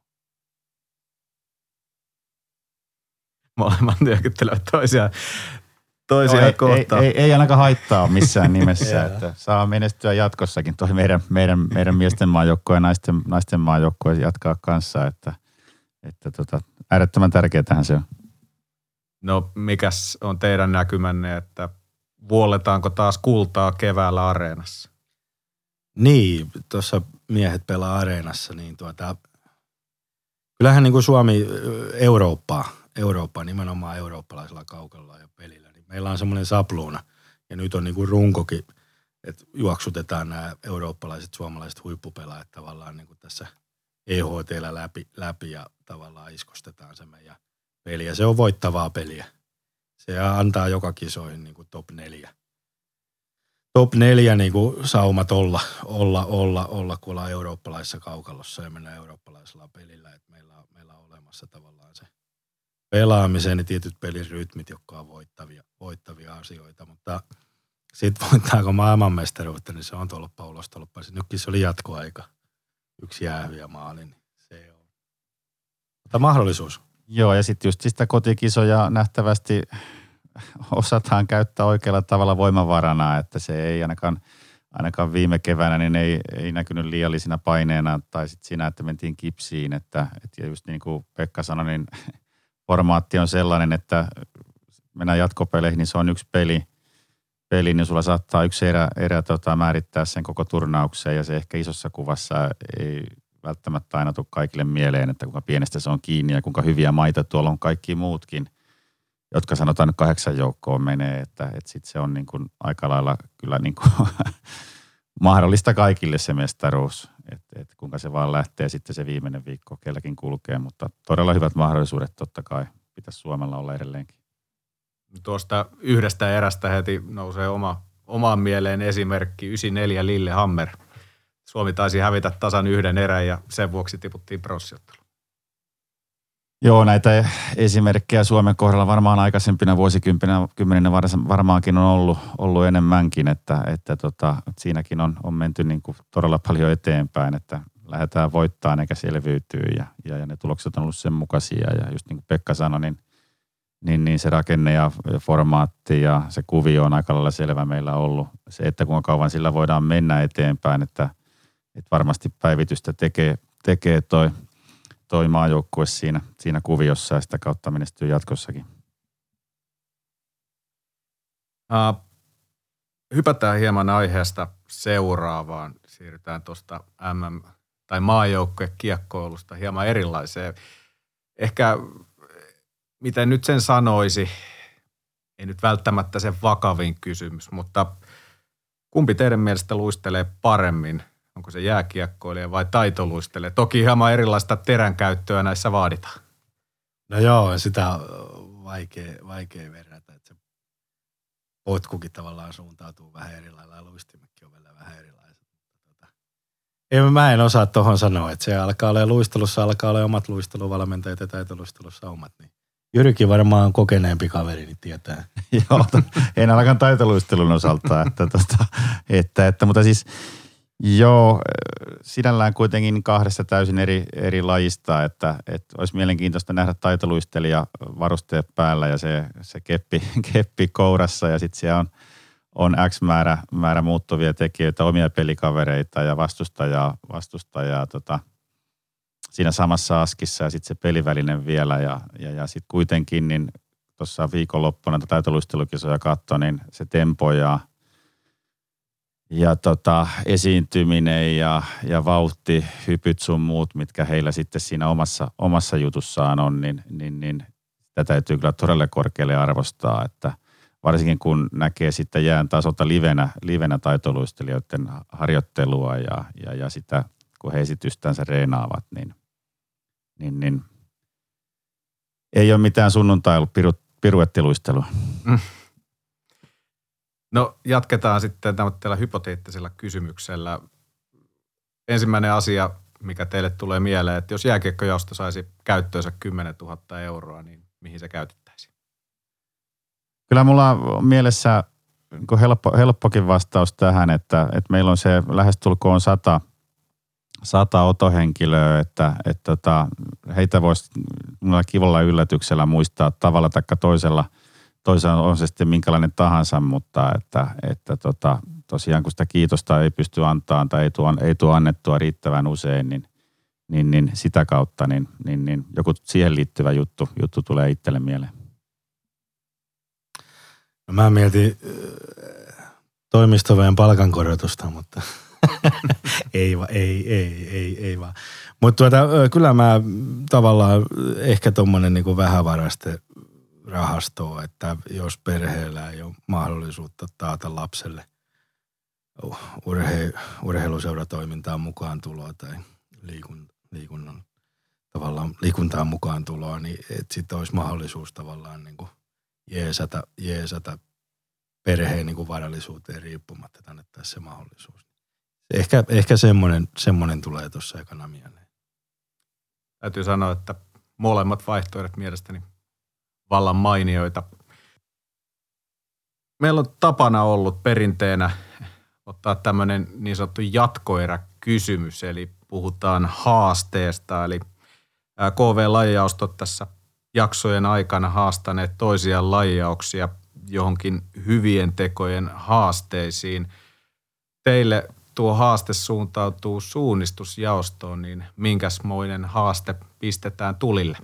Molemmat nyökyttelevät toisiaan, toisiaan no, ei, kohtaan. Ei, ei, ei ainakaan haittaa missään nimessä, että saa menestyä jatkossakin. Toi meidän, meidän, meidän miesten maajoukkue ja naisten, naisten maajoukkue jatkaa kanssa, että, että tota, äärettömän tärkeätähän se on. No mikäs on teidän näkymänne, että vuolletaanko taas kultaa keväällä areenassa? Niin, tuossa miehet pelaa areenassa, niin tuota, kyllähän niin kuin Suomi Eurooppaa, Eurooppaa nimenomaan eurooppalaisella kaukalla ja pelillä, niin meillä on semmoinen sapluuna ja nyt on niin kuin runkokin, että juoksutetaan nämä eurooppalaiset, suomalaiset huippupelaajat tavallaan niin kuin tässä E H T:llä läpi, läpi ja tavallaan iskostetaan se meidän peli. Ja se on voittavaa peliä. Se antaa joka kisoihin niin kuin top neljä. Top neljä niin kuin saumat olla, olla, olla, olla, kun ollaan eurooppalaisessa kaukalossa ja mennään eurooppalaisella pelillä. Että meillä, on, meillä on olemassa tavallaan se pelaamisen ja tietyt pelin rytmit, jotka on voittavia, voittavia asioita. Mutta sitten voittaako maailmanmestaruutta, niin se on tolppa ulos tolppa. Nytkin se oli jatkoaika. Yksi jäähyjä maali, niin se on. Mutta mahdollisuus. Joo, ja sitten just sitä kotikisoja nähtävästi osataan käyttää oikealla tavalla voimavarana, että se ei ainakaan, ainakaan viime keväänä niin ei, ei näkynyt liiallisina paineena tai sitten siinä, että mentiin kipsiin, että, että just niin kuin Pekka sanoi, niin formaatti on sellainen, että mennään jatkopeleihin, niin se on yksi peli, peli niin sulla saattaa yksi erä, erä tota, määrittää sen koko turnauksen ja se ehkä isossa kuvassa ei välttämättä aina tule kaikille mieleen, että kuinka pienestä se on kiinni ja kuinka hyviä maita tuolla on kaikki muutkin, jotka sanotaan nyt kahdeksan joukkoon menee, että, että sitten se on niin kuin aika lailla kyllä niin kuin mahdollista kaikille se mestaruus, että, että kuinka se vaan lähtee sitten se viimeinen viikko kelläkin kulkee, mutta todella hyvät mahdollisuudet totta kai pitäisi Suomella olla edelleenkin. Tuosta yhdestä erästä heti nousee oma, omaan mieleen esimerkki yhdeksänkymmentäneljä Lillehammer. Suomi taisi hävitä tasan yhden erän ja sen vuoksi tiputtiin pronssiotteluun. Joo, näitä esimerkkejä Suomen kohdalla varmaan aikaisempina vuosikymmeninä varmaankin on ollut, ollut enemmänkin, että, että, tota, että siinäkin on, on menty niin kuin todella paljon eteenpäin, että lähdetään voittamaan eikä selviytyy ja, ja, ja ne tulokset on ollut sen mukaisia ja just niin kuin Pekka sanoi, niin, niin, niin se rakenne ja formaatti ja se kuvio on aika lailla selvä meillä ollut. Se, että kuinka kauan sillä voidaan mennä eteenpäin, että, että varmasti päivitystä tekee, tekee toi toi maajoukkue siinä, siinä kuviossa ja sitä kautta menestyy jatkossakin. Uh, hypätään hieman aiheesta seuraavaan. Siirrytään tuosta M M- tai maajoukkuekiekkoilusta hieman erilaiseen. Ehkä, miten nyt sen sanoisi, ei nyt välttämättä se vakavin kysymys, mutta kumpi teidän mielestä luistelee paremmin? Onko se jääkiekkoilija vai taitoluistelee? Toki hieman erilaista teränkäyttöä näissä vaaditaan. No joo, sitä on vaikea, vaikea verrata. Että se potkukin tavallaan suuntautuu vähän eri lailla ja luistimetkin on vielä vähän erilaiset. Ei, mä en osaa tohon sanoa, että se alkaa olla luistelussa, alkaa olla omat luisteluvalmentajat ja taitoluistelussa omat. Niin Jyrki varmaan kokeneempi kaveri, niin tietää. Joo, en ainakaan taitoluistelun osalta, että, tota, että, että, mutta siis joo, sinällään kuitenkin kahdesta täysin eri, eri lajista, että, että olisi mielenkiintoista nähdä taitoluistelija varusteet päällä ja se, se keppi, keppi kourassa ja sitten siellä on, on X määrä, määrä muuttuvia tekijöitä, omia pelikavereita ja vastustajaa, vastustajaa tota, siinä samassa askissa ja sitten se pelivälinen vielä ja, ja, ja sitten kuitenkin niin tuossa viikonloppuna taitoluistelukisoja katsoi, niin se tempo ja Ja tota, esiintyminen ja, ja vauhti, hypyt sun muut, mitkä heillä sitten siinä omassa, omassa jutussaan on, niin, niin, niin sitä täytyy kyllä todella korkealle arvostaa, että varsinkin kun näkee sitten jään tasolta livenä, livenä taitoluistelijoiden harjoittelua ja, ja, ja sitä, kun he esitystänsä reenaavat, niin, niin, niin ei ole mitään sunnuntai ollut piru, piruettiluistelua. Mm. No jatketaan sitten tällä hypoteettisella kysymyksellä. Ensimmäinen asia, mikä teille tulee mieleen, että jos jääkiekkojaosto saisi käyttöönsä kymmenen tuhatta euroa, niin mihin se käytettäisiin? Kyllä mulla on mielessä niin helppo, helppokin vastaus tähän, että, että meillä on se lähestulkoon sata, sata otohenkilöä, että, että, että heitä voisi kivalla yllätyksellä muistaa tavalla tai toisella. Toisaalta on se sitten minkälainen tahansa, mutta että, että tota, tosiaan kun sitä kiitosta ei pysty antamaan tai ei tule, ei tule annettua riittävän usein, niin, niin, niin sitä kautta niin, niin, niin joku siihen liittyvä juttu, juttu tulee itselle mieleen. No mä mietin toimistoväen palkankorotusta, mutta ei, va, ei, ei, ei, ei vaan. Mutta tuota, kyllä mä tavallaan ehkä tommonen niinku vähävaraste rahastoa, että jos perheellä ei ole mahdollisuutta taata lapselle urhe, urheiluseuratoimintaan mukaan tuloa tai liikun, liikunnan tavallaan liikuntaan mukaan tuloa, niin että sitten olisi mahdollisuus tavallaan niin kuin jeesata, jeesata perheen niin kuin varallisuuteen riippumatta, että annettaisiin se mahdollisuus. Ehkä, ehkä semmoinen, semmoinen tulee tuossa ekana mieleen. Täytyy sanoa, että molemmat vaihtoehdot mielestäni vallan mainioita. Meillä on tapana ollut perinteenä ottaa tämmöinen niin sanottu jatkoeräkysymys, eli puhutaan haasteesta, eli K V-lajijaostot tässä jaksojen aikana haastaneet toisiaan lajijaoksia johonkin hyvien tekojen haasteisiin. Teille tuo haaste suuntautuu suunnistusjaostoon, niin minkäsmoinen haaste pistetään tulille?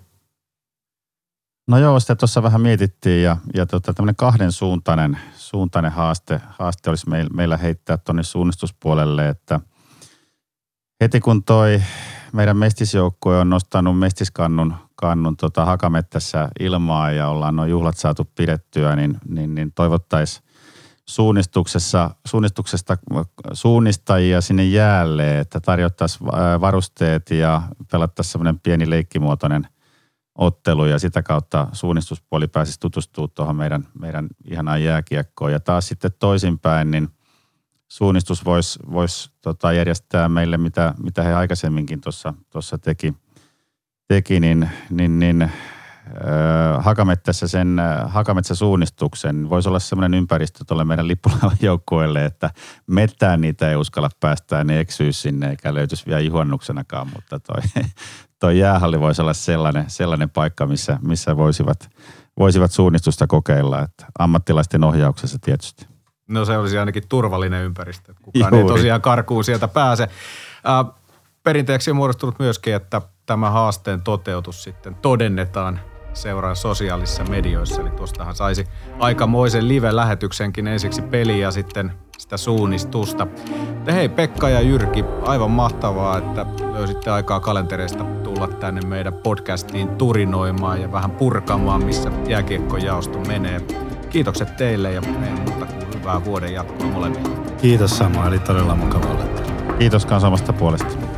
No joo, sitä tuossa vähän mietittiin ja, ja tota, tämmöinen kahden suuntainen, suuntainen haaste, haaste olisi meil, meillä heittää tuonne suunnistuspuolelle, että heti kun toi meidän mestisjoukkue on nostanut mestiskannun kannun tota Hakamettässä ilmaa ja ollaan nuo juhlat saatu pidettyä, niin, niin, niin toivottaisiin suunnistuksessa, suunnistuksesta suunnistajia sinne jäälle, että tarjottaisiin varusteet ja pelattaisiin semmoinen pieni leikkimuotoinen ottelu ja sitä kautta suunnistuspuoli pääsisi tutustumaan tuohon meidän, meidän ihanaan jääkiekkoon. Ja taas sitten toisinpäin, niin suunnistus voisi vois, tota, järjestää meille, mitä, mitä he aikaisemminkin tuossa teki, teki, niin, niin, niin äh, Hakamettässä sen äh, Hakametsä suunnistuksen voisi olla semmoinen ympäristö tuolle meidän lippulaivajoukkueelle, että mettään niitä ei uskalla päästää, ne eksyisi sinne eikä löytyisi vielä juhannuksenakaan, mutta toi, toi jäähalli voisi olla sellainen, sellainen paikka, missä, missä voisivat, voisivat suunnistusta kokeilla, että ammattilaisten ohjauksessa tietysti. No se olisi ainakin turvallinen ympäristö, että kukaan Juuri. ei tosiaan karkuun sieltä pääse. Äh, perinteeksi on muodostunut myöskin, että tämä haasteen toteutus sitten todennetaan seuraan sosiaalisissa medioissa. Eli tuostahan saisi aikamoisen live-lähetyksenkin ensiksi peliä ja sitten sitä suunnistusta. Ja hei Pekka ja Jyrki, aivan mahtavaa, että löysitte aikaa kalentereista tulla tänne meidän podcastiin turinoimaan ja vähän purkamaan, missä jääkiekkojaosto menee. Kiitokset teille ja ei muuta kuin hyvää vuoden jatkoa molemmille. Kiitos Samu, eli todella mukava olla. Kiitos kanssa omasta puolesta.